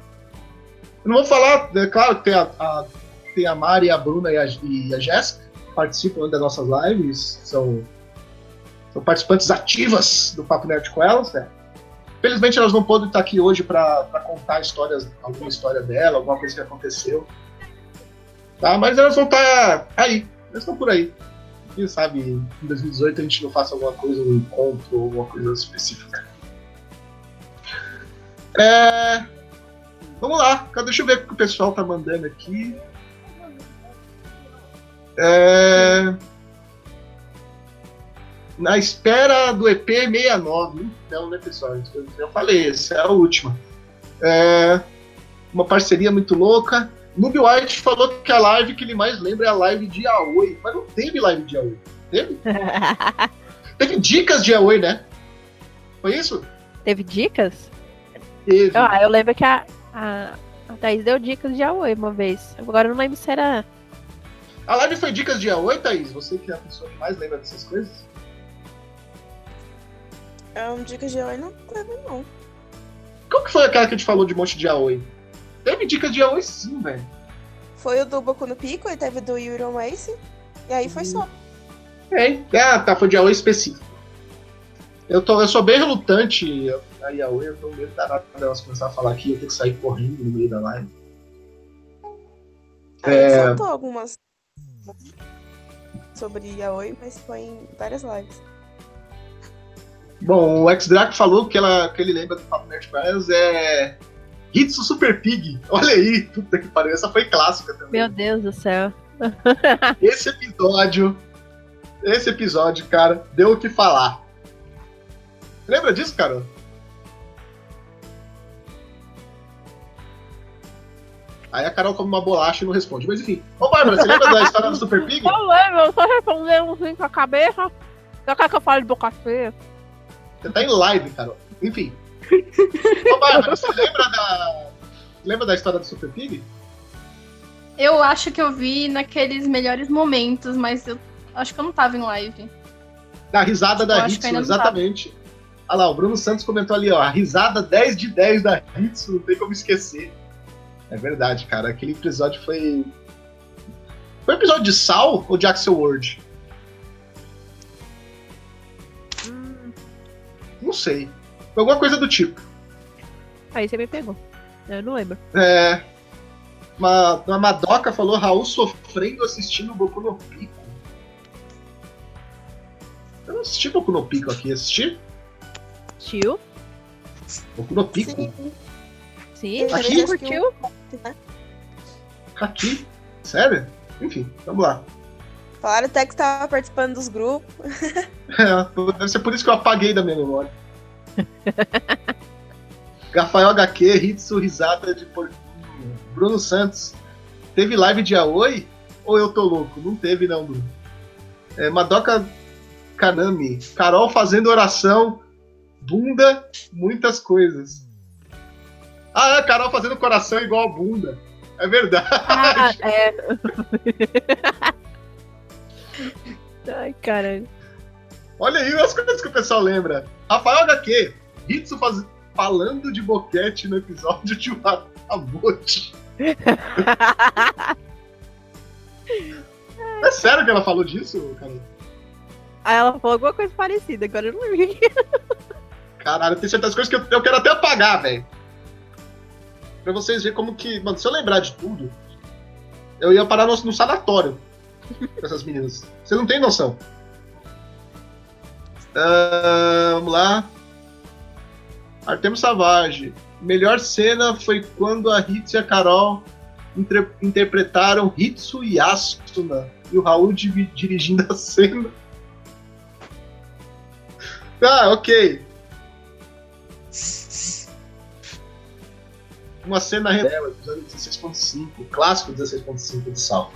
não vou falar, é claro que tem a Mari, a Bruna e a Jéssica, participam das nossas lives, são participantes ativas do Papo Nerd com elas, né? Felizmente elas não podem estar aqui hoje para contar alguma história dela, alguma coisa que aconteceu. Tá? Mas elas vão estar aí, elas estão por aí. Quem sabe em 2018 a gente não faça alguma coisa, um encontro, alguma coisa específica. Vamos lá, deixa eu ver o que o pessoal tá mandando aqui. Na espera do EP 69. Então, né, pessoal? Eu falei, essa é a última. Uma parceria muito louca. Noob White falou que a live que ele mais lembra é a live de Aoi. Mas não teve live de Aoi. Teve? Teve dicas de Aoi, né? Foi isso? Teve dicas? Teve. Eu lembro que a Thaís deu dicas de Aoi uma vez. Agora eu não lembro se era... A live foi dicas de Aoi, Thaís? Você que é a pessoa que mais lembra dessas coisas? Dicas de Aoi não lembro, não. Qual que foi aquela que a gente falou de um monte de Aoi? Teve dicas de Aoi sim, velho. Foi o do Boku no Pico, e teve do Yuri on Ace, e aí foi só. Tá, foi de Aoi específico. Eu sou bem relutante a Yaoi, eu tô meio danado delas começar a falar aqui, eu tenho que sair correndo no meio da live. Soltou algumas sobre Yaoi, mas foi em várias lives. Bom, o X-Draco falou que ele lembra do Papo Nerd com elas é Hitsu Super Pig. Olha aí, puta que pariu, essa foi clássica também. Meu Deus do céu. Esse episódio, cara, deu o que falar. Lembra disso, Carol? Aí a Carol come uma bolacha e não responde. Mas enfim. Ô, Bárbara, você lembra da história do Super Pig? Eu lembro, eu só responder um sim com a cabeça. Já quer que eu fale de boca feia? Você tá em live, Carol. Enfim. Ô, Bárbara, você lembra da história do Super Pig? Eu acho que eu vi naqueles melhores momentos, mas eu acho que eu não tava em live. Da risada da Hitsu, exatamente. Olha lá, o Bruno Santos comentou ali, ó, a risada 10 de 10 da Hitsu, não tem como esquecer. É verdade, cara, aquele episódio foi... Foi um episódio de Sal ou de Axel World? Não sei. Foi alguma coisa do tipo. Aí você me pegou. Eu não lembro. A Madoka falou Raul sofrendo assistindo o Boku no Pico. Eu não assisti Boku no Pico aqui, assisti? Assistiu? Boku no Pico? Sim, Aqui? você curtiu? Aqui? Sério? Enfim, vamos lá. Falaram até que estava participando dos grupos. Deve ser por isso que eu apaguei da minha memória. Rafael HQ, Hitsu, risada de porquinho. Bruno Santos, teve live de Aoi? Ou eu tô louco? Não teve não, Bruno. Madoka Kanami, Carol fazendo oração, bunda, muitas coisas. Carol fazendo coração igual a bunda. É verdade. Ai, caralho. Olha aí as coisas que o pessoal lembra. Rafael HQ, Hitsu falando de boquete no episódio de Watamote. É sério que ela falou disso, cara? Aí ela falou alguma coisa parecida, agora eu não lembro. Caralho, tem certas coisas que eu quero até apagar, velho. Pra vocês verem como que... Mano, se eu lembrar de tudo, eu ia parar no sanatório com essas meninas. Você não tem noção. Vamos lá. Artemis Savage. Melhor cena foi quando a Hitsu e a Carol interpretaram Hitsu e Asuna. E o Raul dirigindo a cena. Ok. Uma cena rebelde, episódio 16.5, clássico 16.5 de Sal.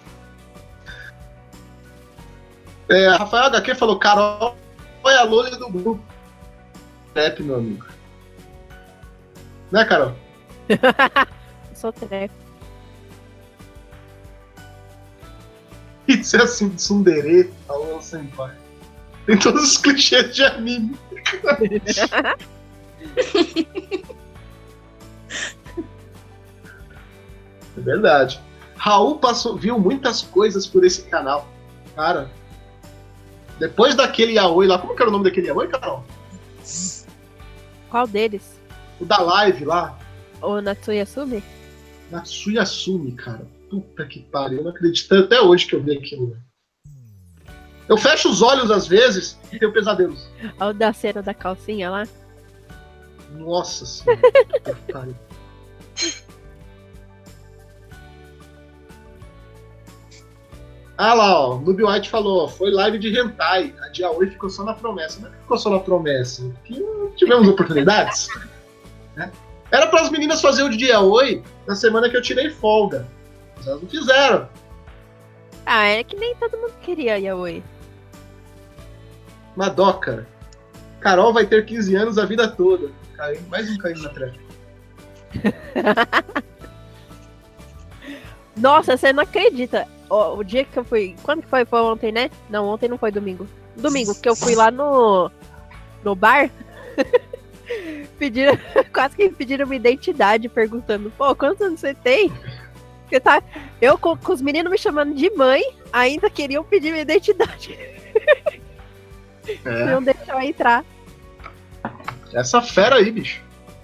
Rafael HQ falou, Carol é a loira do grupo. Trap, meu amigo. Né, Carol? Sou trap. Isso é assim, tsundere, falou senpai. Tem todos os clichês de anime. É verdade. Raul viu muitas coisas por esse canal. Cara, depois daquele yaoi lá, como que era o nome daquele yaoi, Carol? Qual deles? O da live lá, O Natsuyasumi? Natsuyasumi, cara. Puta que pariu, eu não acredito até hoje que eu vi aquilo, velho. Eu fecho os olhos às vezes e tenho pesadelos. O da cena da calcinha lá? Nossa senhora, puta que pariu. Ah lá, ó, Noob White falou, ó, foi live de hentai. A dia 8 ficou só na promessa. Não é que ficou só na promessa, porque não tivemos oportunidades. Né? Era para as meninas fazer o dia 8 na semana que eu tirei folga. Mas elas não fizeram. Ah, é que nem todo mundo queria yaoi. Madoka. Carol vai ter 15 anos a vida toda. Mais um caindo na treva. Nossa, você não acredita. O dia que eu fui... Quando que foi? Foi ontem, né? Não, ontem não foi domingo. Domingo, que eu fui lá no bar. Quase que pediram minha identidade, perguntando, pô, quantos anos você tem? Porque tá, eu com os meninos me chamando de mãe, ainda queriam pedir minha identidade. Não deixou entrar. Essa fera aí, bicho.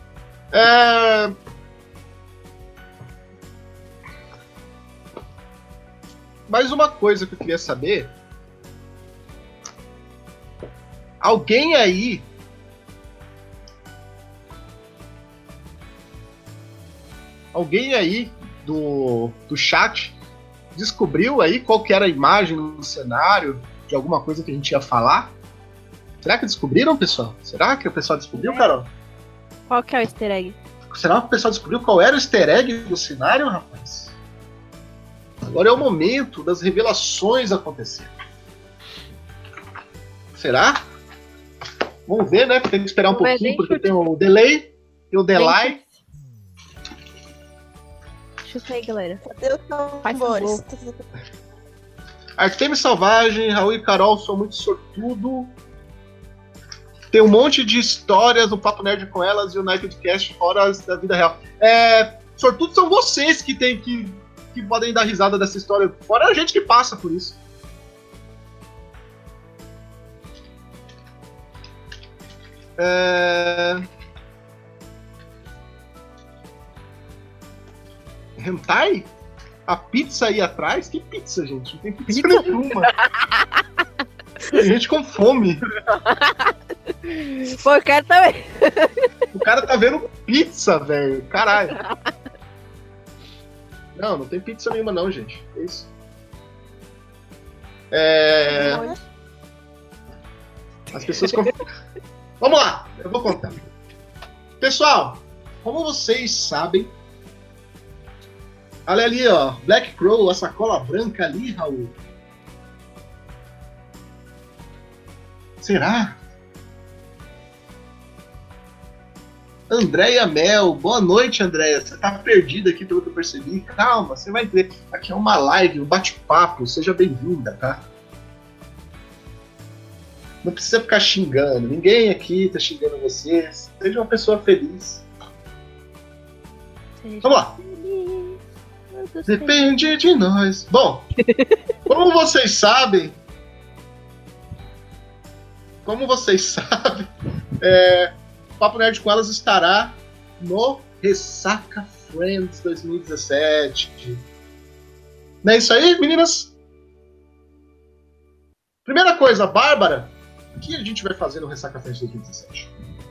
Mais uma coisa que eu queria saber. Alguém aí do chat descobriu aí qual que era a imagem no cenário de alguma coisa que a gente ia falar? Será que descobriram, pessoal? Será que o pessoal descobriu, Carol? Qual que é o easter egg? Será que o pessoal descobriu qual era o easter egg do cenário, rapaz? Agora é o momento das revelações acontecer. Será? Vamos ver, né? Tem que esperar um pouquinho, porque tem o delay, tem o delay. Chuta aí, galera. Cadê os tambores? Artemis Selvagem, Raul e Carol são muito sortudo. Tem um monte de histórias no Papo Nerd com elas e o Nightcast fora da vida real. Sortudo são vocês que tem que podem dar risada dessa história. Fora a gente que passa por isso. Hentai? A pizza aí atrás? Que pizza, gente? Não tem pizza nenhuma. Tem gente com fome. Pô, o cara também. O cara tá vendo pizza, velho. Caralho. Não tem pizza nenhuma não, gente. É isso. As pessoas... Vamos lá, eu vou contar. Pessoal, como vocês sabem... Olha ali, ó. Black Crow, a sacola branca ali, Raul. Será? Andréia Mel, boa noite, Andréia. Você tá perdida aqui pelo que eu percebi. Calma, você vai ver. Aqui é uma live, um bate-papo. Seja bem-vinda, tá? Não precisa ficar xingando. Ninguém aqui tá xingando você. Seja uma pessoa feliz. Vamos lá. Depende de nós. Bom, como vocês sabem, o Papo Nerd com Elas estará no Ressaca Friends 2017. Não é isso aí, meninas? Primeira coisa, Bárbara, o que a gente vai fazer no Ressaca Friends 2017?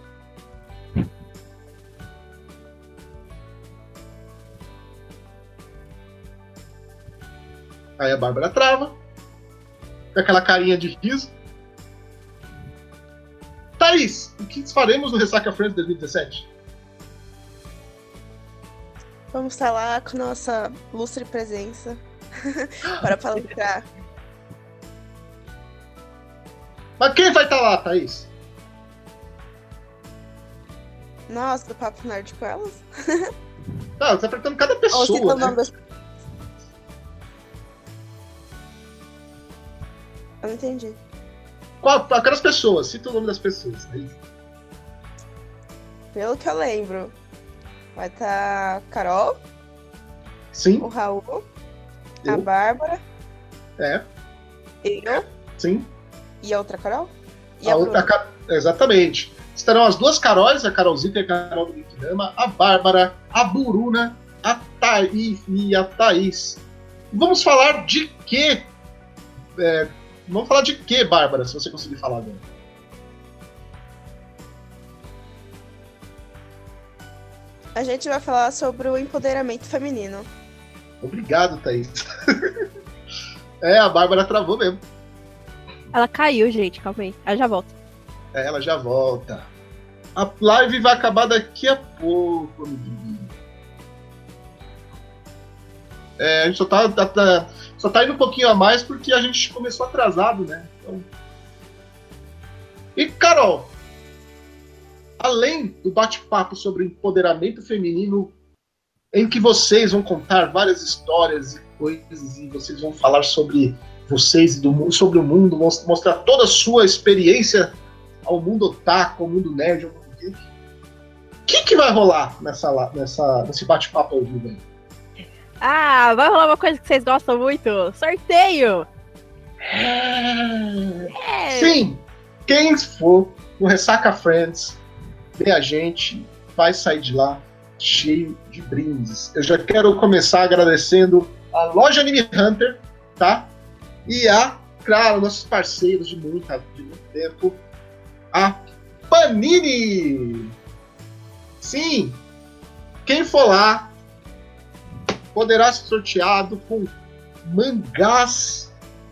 Aí a Bárbara trava, com aquela carinha de riso. Thaís, o que faremos no Ressaca Friends 2017? Vamos estar lá com nossa lustre presença para palestrar. Mas quem vai estar lá, Thaís? Nós, do Papo Nerd com Elas. Tá, você tá apertando cada pessoa, né? Eu não entendi. Aquelas pessoas, cita o nome das pessoas. Aí. Pelo que eu lembro, vai estar Carol, sim, o Raul, eu, a Bárbara, Eu Sim. e a outra Carol? E A a outra Bruna? Exatamente. Estarão as duas Caróis, a Carolzita e a Carol do Geekdama, a Bárbara, a Buruna, a Thaís e a Thaís. Vamos falar de quê? Vamos falar de quê, Bárbara, se você conseguir falar agora? A gente vai falar sobre o empoderamento feminino. Obrigado, Thaís. A Bárbara travou mesmo. Ela caiu, gente. Calma aí. Ela já volta. Ela já volta. A live vai acabar daqui a pouco, amiguinho. A gente só tá indo um pouquinho a mais porque a gente começou atrasado, né? Então... E, Carol, além do bate-papo sobre empoderamento feminino, em que vocês vão contar várias histórias e coisas, e vocês vão falar sobre vocês e sobre o mundo, vão mostrar toda a sua experiência ao mundo otaku, ao mundo nerd, ao mundo geek. O que vai rolar nesse bate-papo ao vivo aí? Ah, vai rolar uma coisa que vocês gostam muito. Sorteio! Sim! Quem for no Ressaca Friends ver a gente, vai sair de lá cheio de brindes. Eu já quero começar agradecendo a loja Anime Hunter, tá? E claro, nossos parceiros de muito tempo, a Panini! Sim! Quem for lá poderá ser sorteado com mangás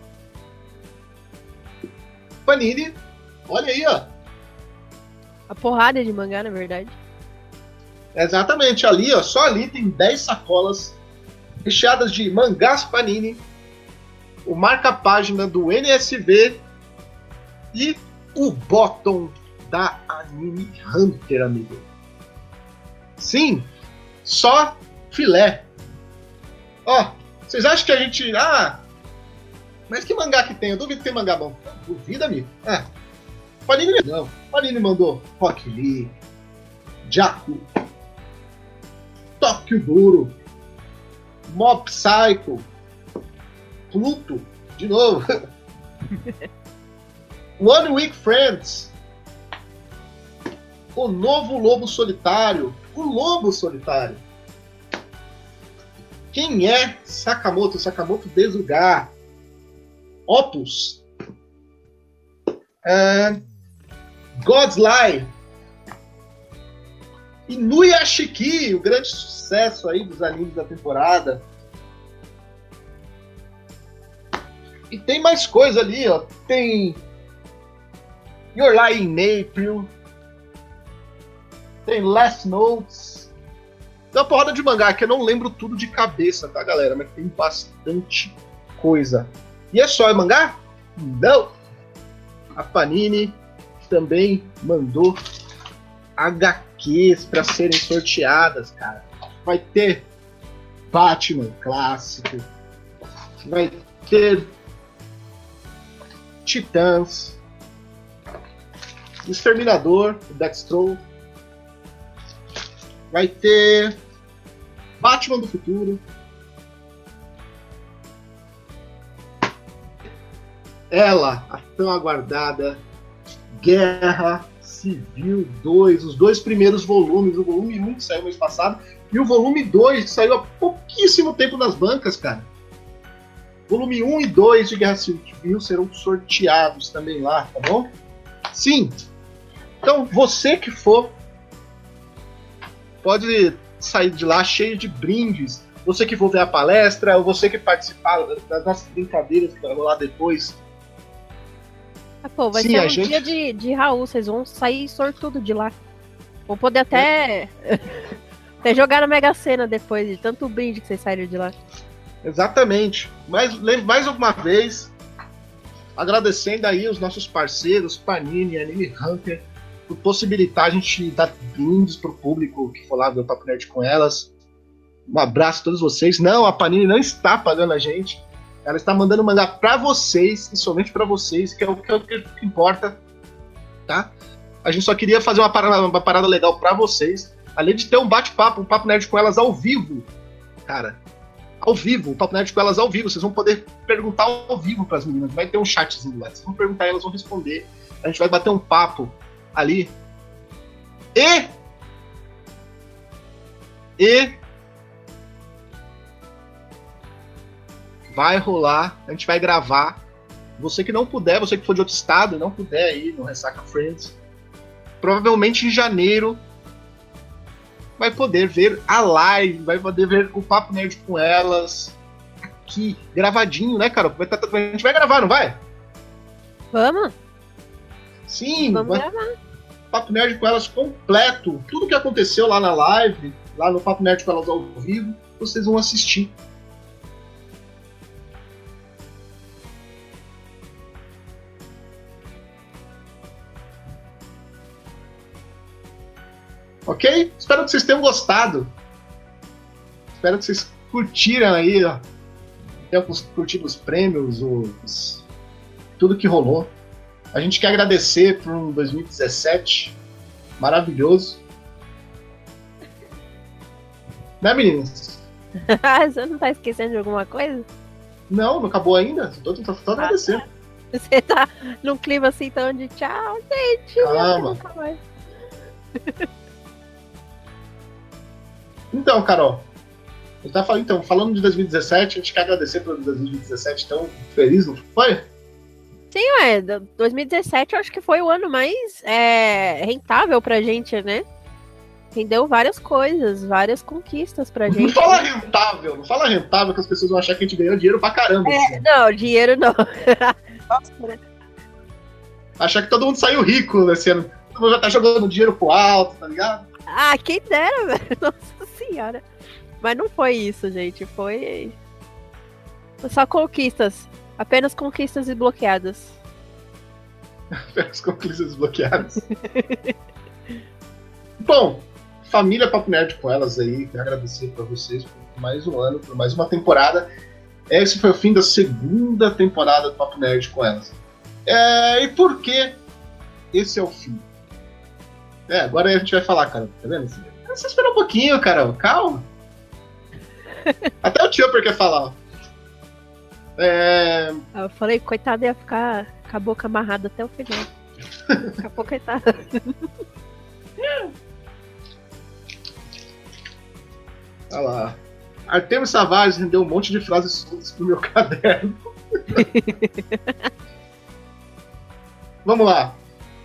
Panini. Olha aí, ó. A porrada de mangá, na verdade. Exatamente, ali, ó. Só ali tem 10 sacolas recheadas de mangás Panini, o marca-página do NSV e o bottom da Anime Hunter, amigo. Sim, só filé. Ó, vocês acham que a gente... mas que mangá que tem? Eu duvido que tem mangá bom. Duvida, amigo. Panini não. Panini mandou Rock Lee, Jaku, Tokyo Ghoul, Mob Psycho, Pluto, de novo. One Week Friends, o novo Lobo Solitário, o Lobo Solitário. Quem é Sakamoto? Sakamoto Desugar, Opus, God's Lie, Inuyashiki, o grande sucesso aí dos animes da temporada. E tem mais coisa ali, ó. Tem Your Lie in April, tem Last Notes. Tem uma porrada de mangá que eu não lembro tudo de cabeça, tá, galera? Mas tem bastante coisa. E é só mangá? Não! A Panini também mandou HQs para serem sorteadas, cara. Vai ter Batman clássico, vai ter Titãs, Exterminador, Deathstroke, vai ter Batman do Futuro, ela, a tão aguardada Guerra Civil 2, os dois primeiros volumes, o volume 1 que saiu mês passado e o volume 2 que saiu há pouquíssimo tempo nas bancas, cara. Volume 1 e 2 de Guerra Civil serão sorteados também lá, tá bom? Sim. Então, você que for, pode sair de lá cheio de brindes. Você que for ver a palestra, ou você que participar das nossas brincadeiras que vai rolar depois. Vai ser um dia de Raul, vocês vão sair sortudo de lá. Vão poder até jogar na Mega Sena depois, de tanto brinde que vocês saíram de lá. Exatamente. Mas mais uma vez, agradecendo aí os nossos parceiros, Panini, Anime Hunter, por possibilitar a gente dar brindes pro público que for lá ver o Papo Nerd com elas. Um abraço a todos vocês. Não, a Panini não está pagando a gente. Ela está mandando mangá pra vocês, e somente pra vocês, que é o que importa, tá? A gente só queria fazer uma parada legal pra vocês, além de ter um bate-papo, um Papo Nerd com elas ao vivo. Cara, ao vivo, o Papo Nerd com elas ao vivo. Vocês vão poder perguntar ao vivo para as meninas. Vai ter um chatzinho lá. Vocês vão perguntar e elas vão responder. A gente vai bater um papo ali. E vai rolar, a gente vai gravar. Você que não puder, você que for de outro estado e não puder ir no Ressaca Friends, provavelmente em janeiro vai poder ver a live, vai poder ver o Papo Nerd com elas aqui, gravadinho, né, Carol? A gente vai gravar, não vai? Vamos? Sim, Vamos gravar. Papo Nerd com elas completo. Tudo que aconteceu lá na live, lá no Papo Nerd com elas ao vivo, vocês vão assistir. Ok? Espero que vocês tenham gostado. Espero que vocês curtiram aí, ó. Tenham curtido os prêmios, tudo que rolou. A gente quer agradecer por um 2017 maravilhoso. Né, meninas? Você não tá esquecendo de alguma coisa? Não acabou ainda. Tô agradecendo. Você tá num clima assim tão de tchau, gente. Calma. Então, Carol, falando de 2017, a gente quer agradecer pelo 2017 tão feliz, não foi? Sim, 2017 eu acho que foi o ano mais rentável pra gente, né? Rendeu várias coisas, várias conquistas pra gente. Não fala rentável que as pessoas vão achar que a gente ganhou dinheiro pra caramba. Assim. Não, dinheiro não. Achar que todo mundo saiu rico nesse ano. Todo mundo já tá jogando dinheiro pro alto, tá ligado? Ah, quem dera, velho. Nossa senhora. Mas não foi isso, gente. Foi só conquistas. Apenas conquistas desbloqueadas. Apenas conquistas desbloqueadas. Bom, família Papo Nerd com elas aí. Quero agradecer pra vocês por mais um ano, por mais uma temporada. Esse foi o fim da segunda temporada do Papo Nerd com elas. E por que esse é o fim? Agora a gente vai falar, cara. Tá vendo? Você espera um pouquinho, Carol. Calma. Até o Chopper quer falar. Eu falei, coitado, ia ficar com a boca amarrada até o final. Daqui a pouco, coitado. Olha lá. Artemis Savage rendeu um monte de frases soltas pro meu caderno. Vamos lá.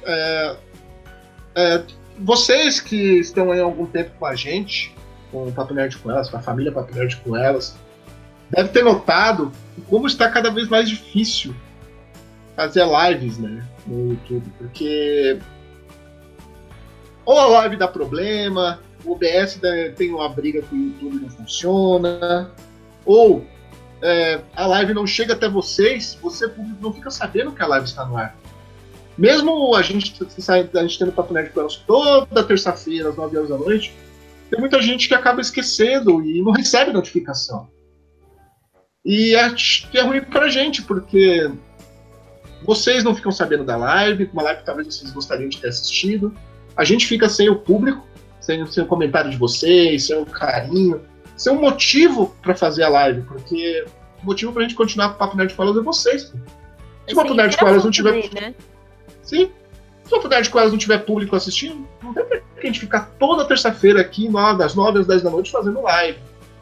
Vocês que estão aí há algum tempo com a gente, com o Papo Nerd com elas, com a família Papo Nerd com elas, devem ter notado como está cada vez mais difícil fazer lives, né, no YouTube, porque ou a live dá problema, o OBS tem uma briga que o YouTube não funciona, ou a live não chega até vocês, você não fica sabendo que a live está no ar. Mesmo a gente tendo Papo Nerd com elas toda terça-feira, às 9 horas da noite, tem muita gente que acaba esquecendo e não recebe notificação. E é ruim pra gente, porque vocês não ficam sabendo da live, uma live que talvez vocês gostariam de ter assistido. A gente fica sem o público, sem o comentário de vocês, sem o carinho, sem um motivo pra fazer a live, porque o motivo pra gente continuar com o Papo Nerd com elas é vocês. Se o Papo Nerd com elas não tiver... né? Sim. Se o Papo Nerd com elas não tiver público assistindo, não tem pra que a gente ficar toda terça-feira aqui, das 9 às 10 da noite, fazendo live.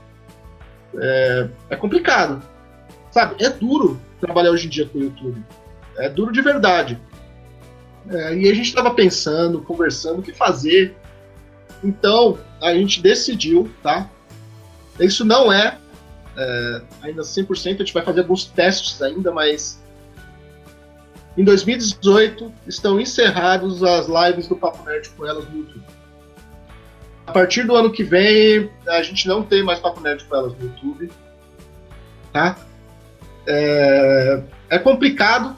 É complicado. Sabe? É duro trabalhar hoje em dia com o YouTube. É duro de verdade. E a gente estava pensando, conversando o que fazer. Então, a gente decidiu, tá? Isso não é ainda 100%, a gente vai fazer alguns testes ainda, mas em 2018 estão encerrados as lives do Papo Nerd com elas no YouTube. A partir do ano que vem, a gente não tem mais Papo Nerd com elas no YouTube. Tá? É complicado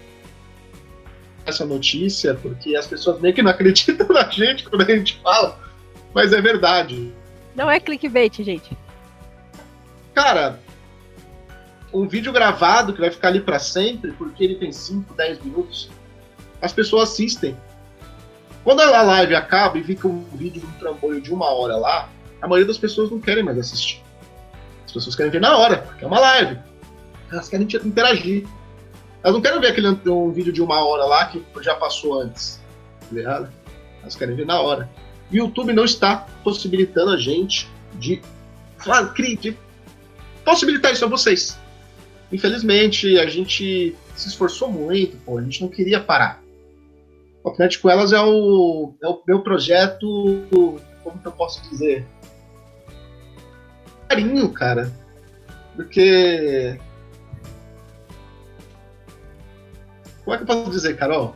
essa notícia, porque as pessoas meio que não acreditam na gente quando a gente fala, mas é verdade. Não é clickbait, gente. Cara, um vídeo gravado que vai ficar ali pra sempre, porque ele tem 5, 10 minutos, as pessoas assistem. Quando a live acaba e fica um vídeo de um trambolho de 1 hora lá, a maioria das pessoas não querem mais assistir. As pessoas querem ver na hora, porque é uma live. Elas querem interagir. Elas não querem ver um vídeo de 1 hora lá que já passou antes. Tá ligado? Elas querem ver na hora. E o YouTube não está possibilitando a gente de possibilitar isso a vocês. Infelizmente, a gente se esforçou muito, pô, a gente não queria parar. O Papo Nerd com Elas é o meu projeto, como que eu posso dizer? Carinho, cara. Porque... Como é que eu posso dizer, Carol?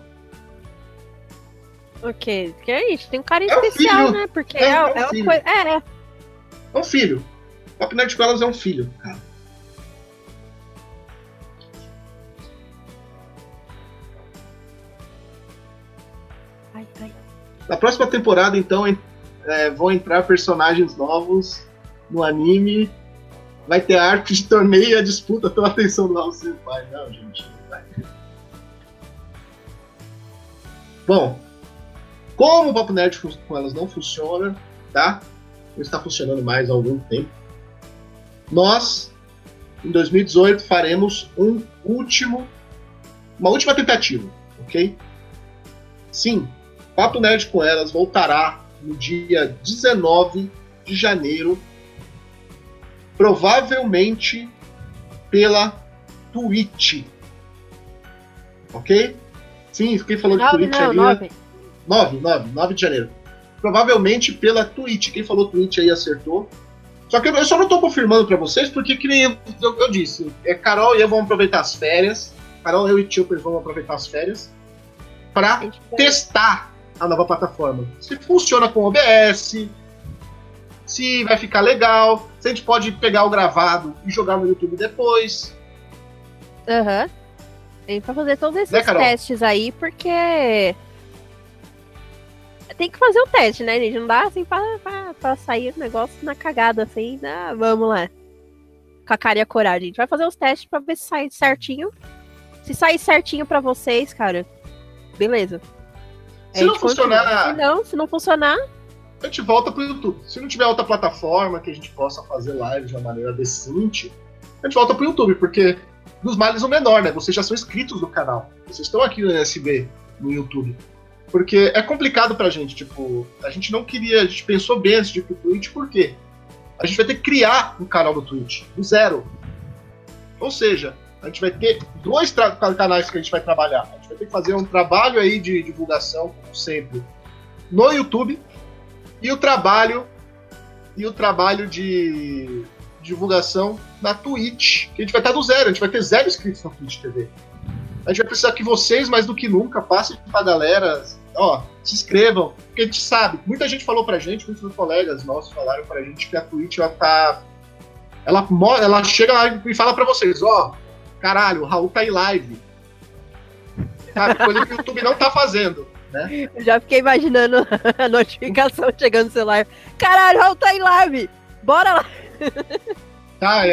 Ok, que é isso, tem um carinho É um especial, filho. né? Porque É é um uma filho. coisa. É um filho. O Papo Nerd com Elas é um filho, cara. Ai. Na próxima temporada, então, vão entrar personagens novos no anime. Vai ter arte de torneio e a disputa pela atenção do Raul Senpai. Não, gente, não vai. Bom, como o Papo Nerd com Elas não funciona, tá? Não está funcionando mais há algum tempo. Nós, em 2018, faremos uma última tentativa, ok? Sim, Papo Nerd com Elas voltará no dia 19 de janeiro, provavelmente pela Twitch. Ok? Sim, quem falou de Twitch ali... 9 de janeiro. Provavelmente pela Twitch. Quem falou Twitch aí acertou. Só que eu só não tô confirmando pra vocês, porque que nem eu disse, Carol e eu vamos aproveitar as férias. Carol, eu e Chopper vamos aproveitar as férias pra testar a nova plataforma. Se funciona com OBS, se vai ficar legal, se a gente pode pegar o gravado e jogar no YouTube depois. Aham. Tem pra fazer todos esses Né, Carol? testes aí, porque tem que fazer o teste, né, gente? Não dá assim pra sair o negócio na cagada, assim, vamos lá. Com a cara e a coragem. A gente vai fazer os testes pra ver se sai certinho. Se sair certinho pra vocês, cara, beleza. Se não funcionar, Se não funcionar, a gente volta pro YouTube. Se não tiver outra plataforma que a gente possa fazer live de uma maneira decente, a gente volta pro YouTube, porque dos males o menor, né? Vocês já são inscritos no canal. Vocês estão aqui no NSB, no YouTube. Porque é complicado pra gente, tipo, a gente não queria, a gente pensou bem antes de ir pro Twitch, por quê? A gente vai ter que criar um canal no Twitch, do zero. Ou seja, a gente vai ter 2 canais que a gente vai trabalhar. A gente vai ter que fazer um trabalho aí de divulgação, como sempre, no YouTube, e o trabalho de divulgação na Twitch, que a gente vai estar do zero, a gente vai ter 0 inscritos na Twitch TV. A gente vai precisar que vocês, mais do que nunca, passem pra galera, ó, se inscrevam, porque a gente sabe, muita gente falou pra gente, muitos colegas nossos falaram pra gente que a Twitch, ela chega lá e fala pra vocês, ó, caralho, o Raul tá em live. Sabe, coisa que o YouTube não tá fazendo, né? eu já fiquei imaginando a notificação chegando no celular. Caralho, Raul tá em live! Bora lá! Tá,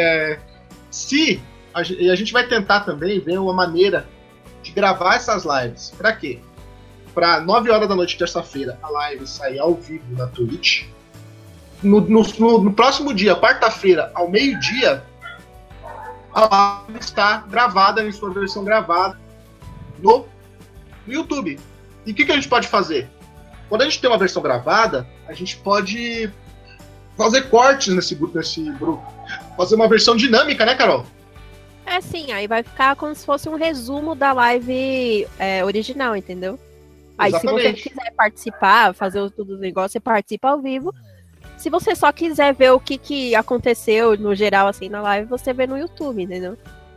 a gente vai tentar também ver uma maneira de gravar essas lives. Pra quê? Pra 9 horas da noite de terça-feira, a live sair ao vivo na Twitch. No próximo dia, quarta-feira, ao meio-dia, a live está gravada, em sua versão gravada, no YouTube. E o que a gente pode fazer? Quando a gente tem uma versão gravada, a gente pode fazer cortes nesse grupo. Fazer uma versão dinâmica, né, Carol? É sim, aí vai ficar como se fosse um resumo da live original, entendeu? Aí Exatamente. se você quiser participar, fazer tudo o negócio, você participa ao vivo. Se você só quiser ver o que aconteceu no geral, assim, na live, você vê no YouTube, entendeu?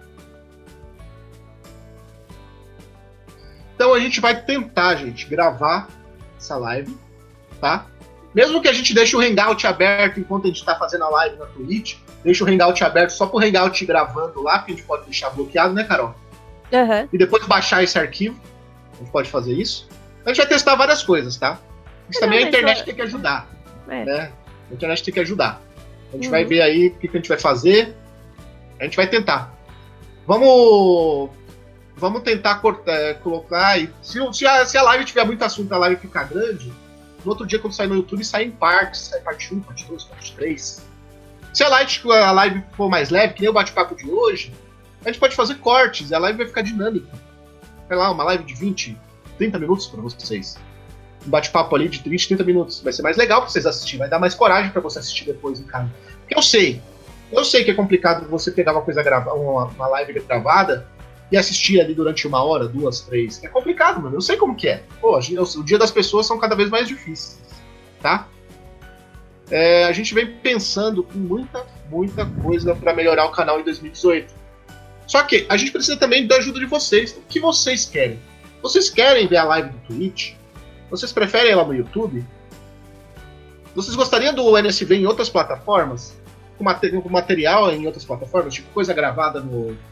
Então a gente vai tentar, gente, gravar essa live, tá? Mesmo que a gente deixe o Hangout aberto enquanto a gente tá fazendo a live na Twitch, deixa o Hangout aberto só pro Hangout gravando lá, porque a gente pode deixar bloqueado, né, Carol? Uhum. E depois baixar esse arquivo. A gente pode fazer isso. A gente vai testar várias coisas, tá? Mas também a internet tem que ajudar. Né? A internet tem que ajudar. A gente vai ver aí o que a gente vai fazer. A gente vai tentar. Vamos tentar colocar. Se a live tiver muito assunto, a live ficar grande, no outro dia, quando sair no YouTube, sai em partes. Sai parte 1, parte 2, parte 3. Se a live for mais leve, que nem o bate-papo de hoje, a gente pode fazer cortes e a live vai ficar dinâmica. Sei lá, uma live de 20, 30 minutos pra vocês. Um bate-papo ali de 20, 30 minutos. Vai ser mais legal pra vocês assistirem, vai dar mais coragem pra você assistir depois em casa. Porque eu sei que é complicado você pegar uma live gravada e assistir ali durante 1 hora, 2, 3. É complicado, mano. Eu sei como que é. Pô, o dia das pessoas são cada vez mais difíceis, tá? A gente vem pensando em muita coisa pra melhorar o canal em 2018. Só que a gente precisa também da ajuda de vocês. O que vocês querem? Vocês querem ver a live do Twitch? Vocês preferem ela no YouTube? Vocês gostariam do NSV em outras plataformas? Com material em outras plataformas? Tipo coisa gravada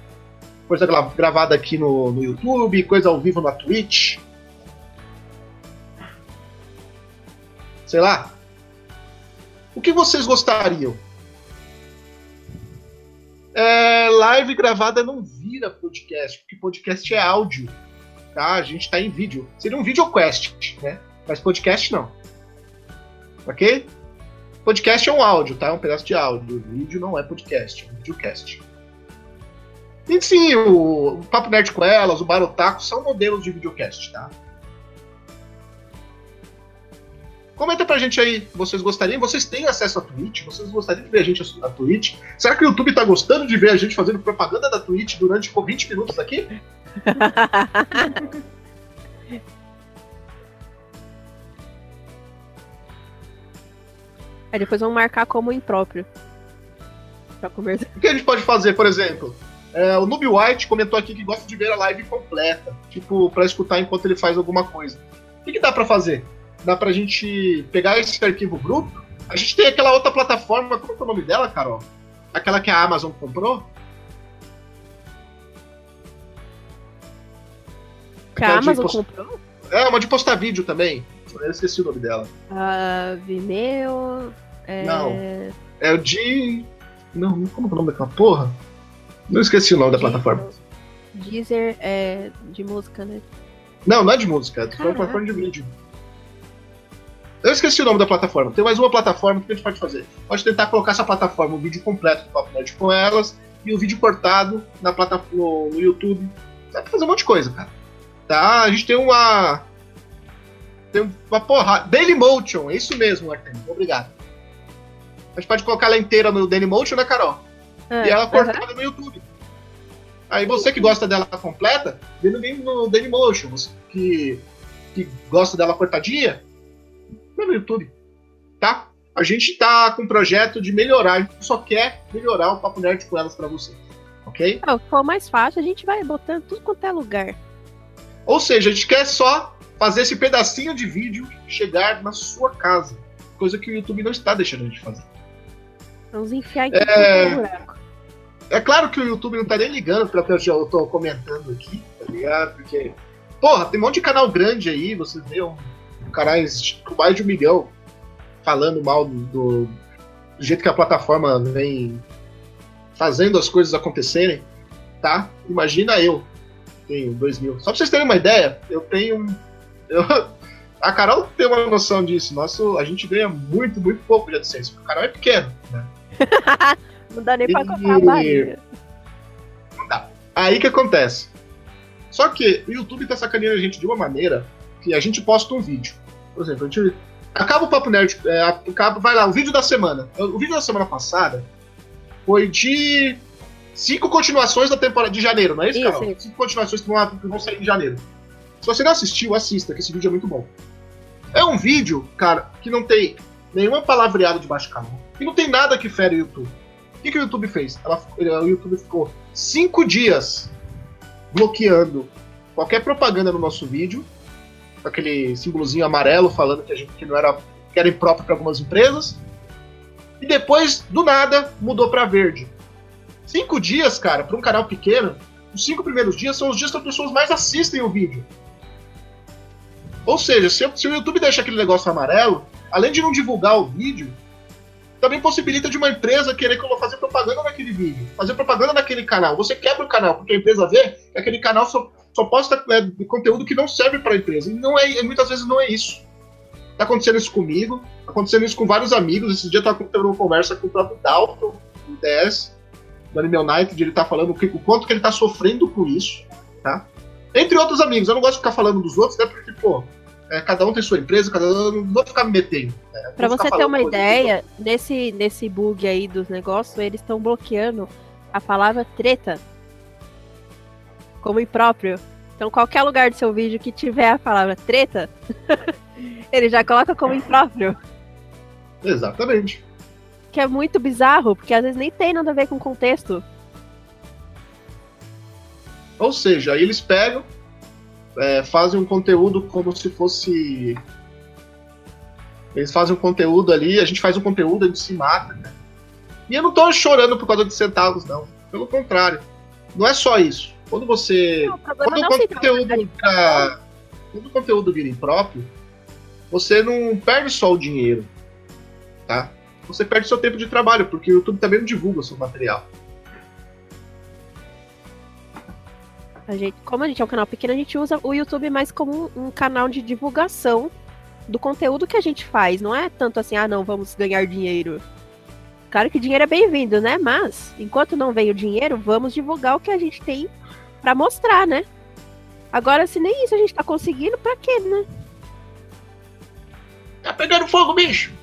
aqui no YouTube, coisa ao vivo na Twitch? Sei lá. O que vocês gostariam? Live gravada não vira podcast, porque podcast é áudio, tá? A gente tá em vídeo. Seria um videocast, né? Mas podcast não. Ok? Podcast é um áudio, tá? É um pedaço de áudio. O vídeo não é podcast, é um videocast. E sim, o Papo Nerd com Elas, o Barotaco são modelos de videocast, tá? Comenta pra gente aí, vocês gostariam? Vocês têm acesso à Twitch? Vocês gostariam de ver a gente na Twitch? Será que o YouTube tá gostando de ver a gente fazendo propaganda da Twitch durante 20 minutos aqui? Aí depois vamos marcar como impróprio. Pra conversar. O que a gente pode fazer, por exemplo? O Noob White comentou aqui que gosta de ver a live completa, tipo, pra escutar enquanto ele faz alguma coisa. O que dá pra fazer? Dá pra gente pegar esse arquivo bruto. A gente tem aquela outra plataforma, como é o nome dela, Carol? Aquela que a Amazon comprou? Que a Amazon comprou? Uma de postar vídeo também. Eu esqueci o nome dela. Vimeo. Não. É o de. Não, como é o nome daquela porra? Não esqueci o nome da plataforma. Deezer é de música, né? Não é de música, é de plataforma de vídeo. Eu esqueci o nome da plataforma. Tem mais uma plataforma que a gente pode fazer. Pode tentar colocar essa plataforma, o vídeo completo do Papo Nerd com Elas e o vídeo cortado na plataforma no YouTube. Dá pra fazer um monte de coisa, cara. Tá? A gente tem uma porra. Dailymotion, é isso mesmo, Arthur. Obrigado. A gente pode colocar ela inteira no Dailymotion, né, Carol? E ela cortada no YouTube. Aí você que gosta dela completa, vê no Dailymotion. Você que gosta dela cortadinha, vê no YouTube. Tá? A gente tá com um projeto de melhorar. A gente só quer melhorar o Papo Nerd com Elas pra você. Ok? Se for mais fácil, a gente vai botando tudo quanto é lugar. Ou seja, a gente quer só fazer esse pedacinho de vídeo chegar na sua casa. Coisa que o YouTube não está deixando a gente fazer. Vamos enfiar em todo buraco. É claro que o YouTube não tá nem ligando pra que eu tô comentando aqui, tá ligado? Porque, porra, tem um monte de canal grande aí, você vê canais com mais de 1 milhão falando mal do jeito que a plataforma vem fazendo as coisas acontecerem, tá? Imagina eu, tenho 2 mil. Só pra vocês terem uma ideia, a Carol tem uma noção disso. A gente ganha muito pouco de AdSense, porque o canal é pequeno, né? Não dá nem pra comprar a barriga. Não dá. Aí que acontece. Só que o YouTube tá sacaneando a gente de uma maneira que a gente posta um vídeo. Por exemplo, a gente acaba o Papo Nerd, vai lá, o vídeo da semana. O vídeo da semana passada foi de 5 continuações da temporada de janeiro, não é isso, Carol? 5 continuações que vão sair em janeiro. Se você não assistiu, assista, que esse vídeo é muito bom. É um vídeo, cara, que não tem nenhuma palavreada de baixo calão. E não tem nada que fere o YouTube. O que o YouTube fez? O YouTube ficou 5 dias bloqueando qualquer propaganda no nosso vídeo, com aquele símbolozinho amarelo falando que não era, que era impróprio para algumas empresas. E depois, do nada, mudou para verde. 5 dias, cara, para um canal pequeno, os 5 primeiros dias são os dias que as pessoas mais assistem o vídeo. Ou seja, se o YouTube deixa aquele negócio amarelo, além de não divulgar o vídeo, também possibilita de uma empresa querer fazer propaganda naquele vídeo, fazer propaganda naquele canal. Você quebra o canal, porque a empresa vê que aquele canal só posta conteúdo que não serve para a empresa. E muitas vezes não é isso. Tá acontecendo isso comigo, tá acontecendo isso com vários amigos. Esse dia eu tava tendo uma conversa com o próprio Dalton, do DS, do Animal Night, ele tá falando o quanto que ele tá sofrendo com isso, tá? Entre outros amigos, eu não gosto de ficar falando dos outros, né? Porque, pô, cada um tem sua empresa, cada um, não vou ficar me metendo. Né? Pra você ter uma ideia, nesse bug aí dos negócios, eles estão bloqueando a palavra treta como impróprio. Então, qualquer lugar do seu vídeo que tiver a palavra treta, ele já coloca como impróprio. Exatamente. Que é muito bizarro, porque às vezes nem tem nada a ver com o contexto. Ou seja, aí eles pegam, fazem um conteúdo como se fosse... Eles fazem um conteúdo ali, a gente faz um conteúdo, a gente se mata, né? E eu não tô chorando por causa de centavos, não. Pelo contrário. Não é só isso. Quando você... Quando o conteúdo vira impróprio, você não perde só o dinheiro, tá? Você perde seu tempo de trabalho, porque o YouTube também não divulga o seu material. Como a gente é um canal pequeno, a gente usa o YouTube mais como um canal de divulgação do conteúdo que a gente faz. Não é tanto assim, não, vamos ganhar dinheiro. Claro que dinheiro é bem-vindo, né? Mas, enquanto não vem o dinheiro, vamos divulgar o que a gente tem pra mostrar, né? Agora, se nem isso a gente tá conseguindo, pra quê, né? Tá pegando fogo, bicho!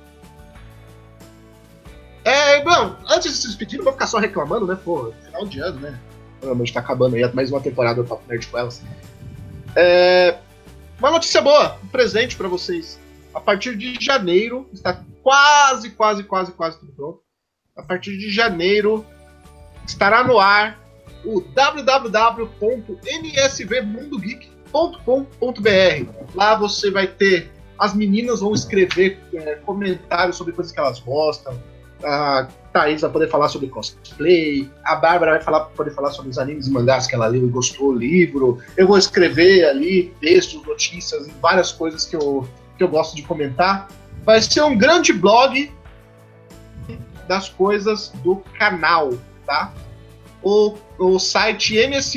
Bom, antes de se despedir, não vou ficar só reclamando, né? Pô, final de ano, né? Realmente tá acabando aí mais uma temporada do Papo Nerd com elas. Uma notícia boa, um presente pra vocês. A partir de janeiro, está quase tudo pronto. A partir de janeiro, estará no ar o www.nsvmundogeek.com.br. Lá você vai ter... As meninas vão escrever comentários sobre coisas que elas gostam. A Thaís vai poder falar sobre cosplay. A Bárbara vai poder falar sobre os animes e mangás que ela leu e gostou do livro. Eu vou escrever ali textos, notícias e várias coisas que eu gosto de comentar. Vai ser um grande blog das coisas do canal, tá? O site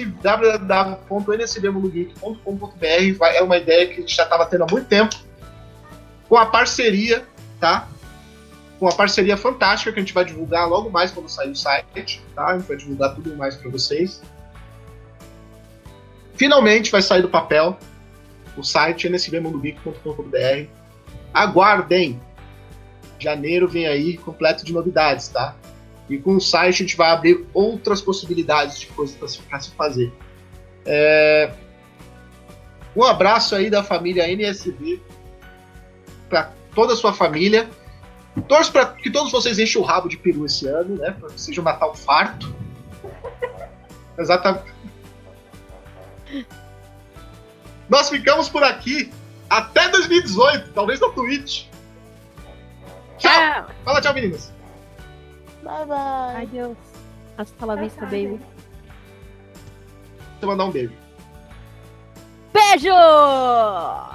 www.nsvmundogeek.com.br é uma ideia que a gente já estava tendo há muito tempo, com a parceria, tá? Com a parceria fantástica que a gente vai divulgar logo mais quando sair o site, tá? A gente vai divulgar tudo mais para vocês. Finalmente vai sair do papel o site nsvmundogeek.com.br. Aguardem! Janeiro vem aí completo de novidades, tá? E com o site a gente vai abrir outras possibilidades de coisas para se fazer. Um abraço aí da família NSV para toda a sua família. Torço para que todos vocês enchem o rabo de peru esse ano, né? Para que seja um Natal farto. Exatamente. Nós ficamos por aqui até 2018, talvez na Twitch. Tchau! Fala tchau, meninas! Bye, bye! Adeus. Hasta la vista, baby. Vou mandar um beijo. Beijo!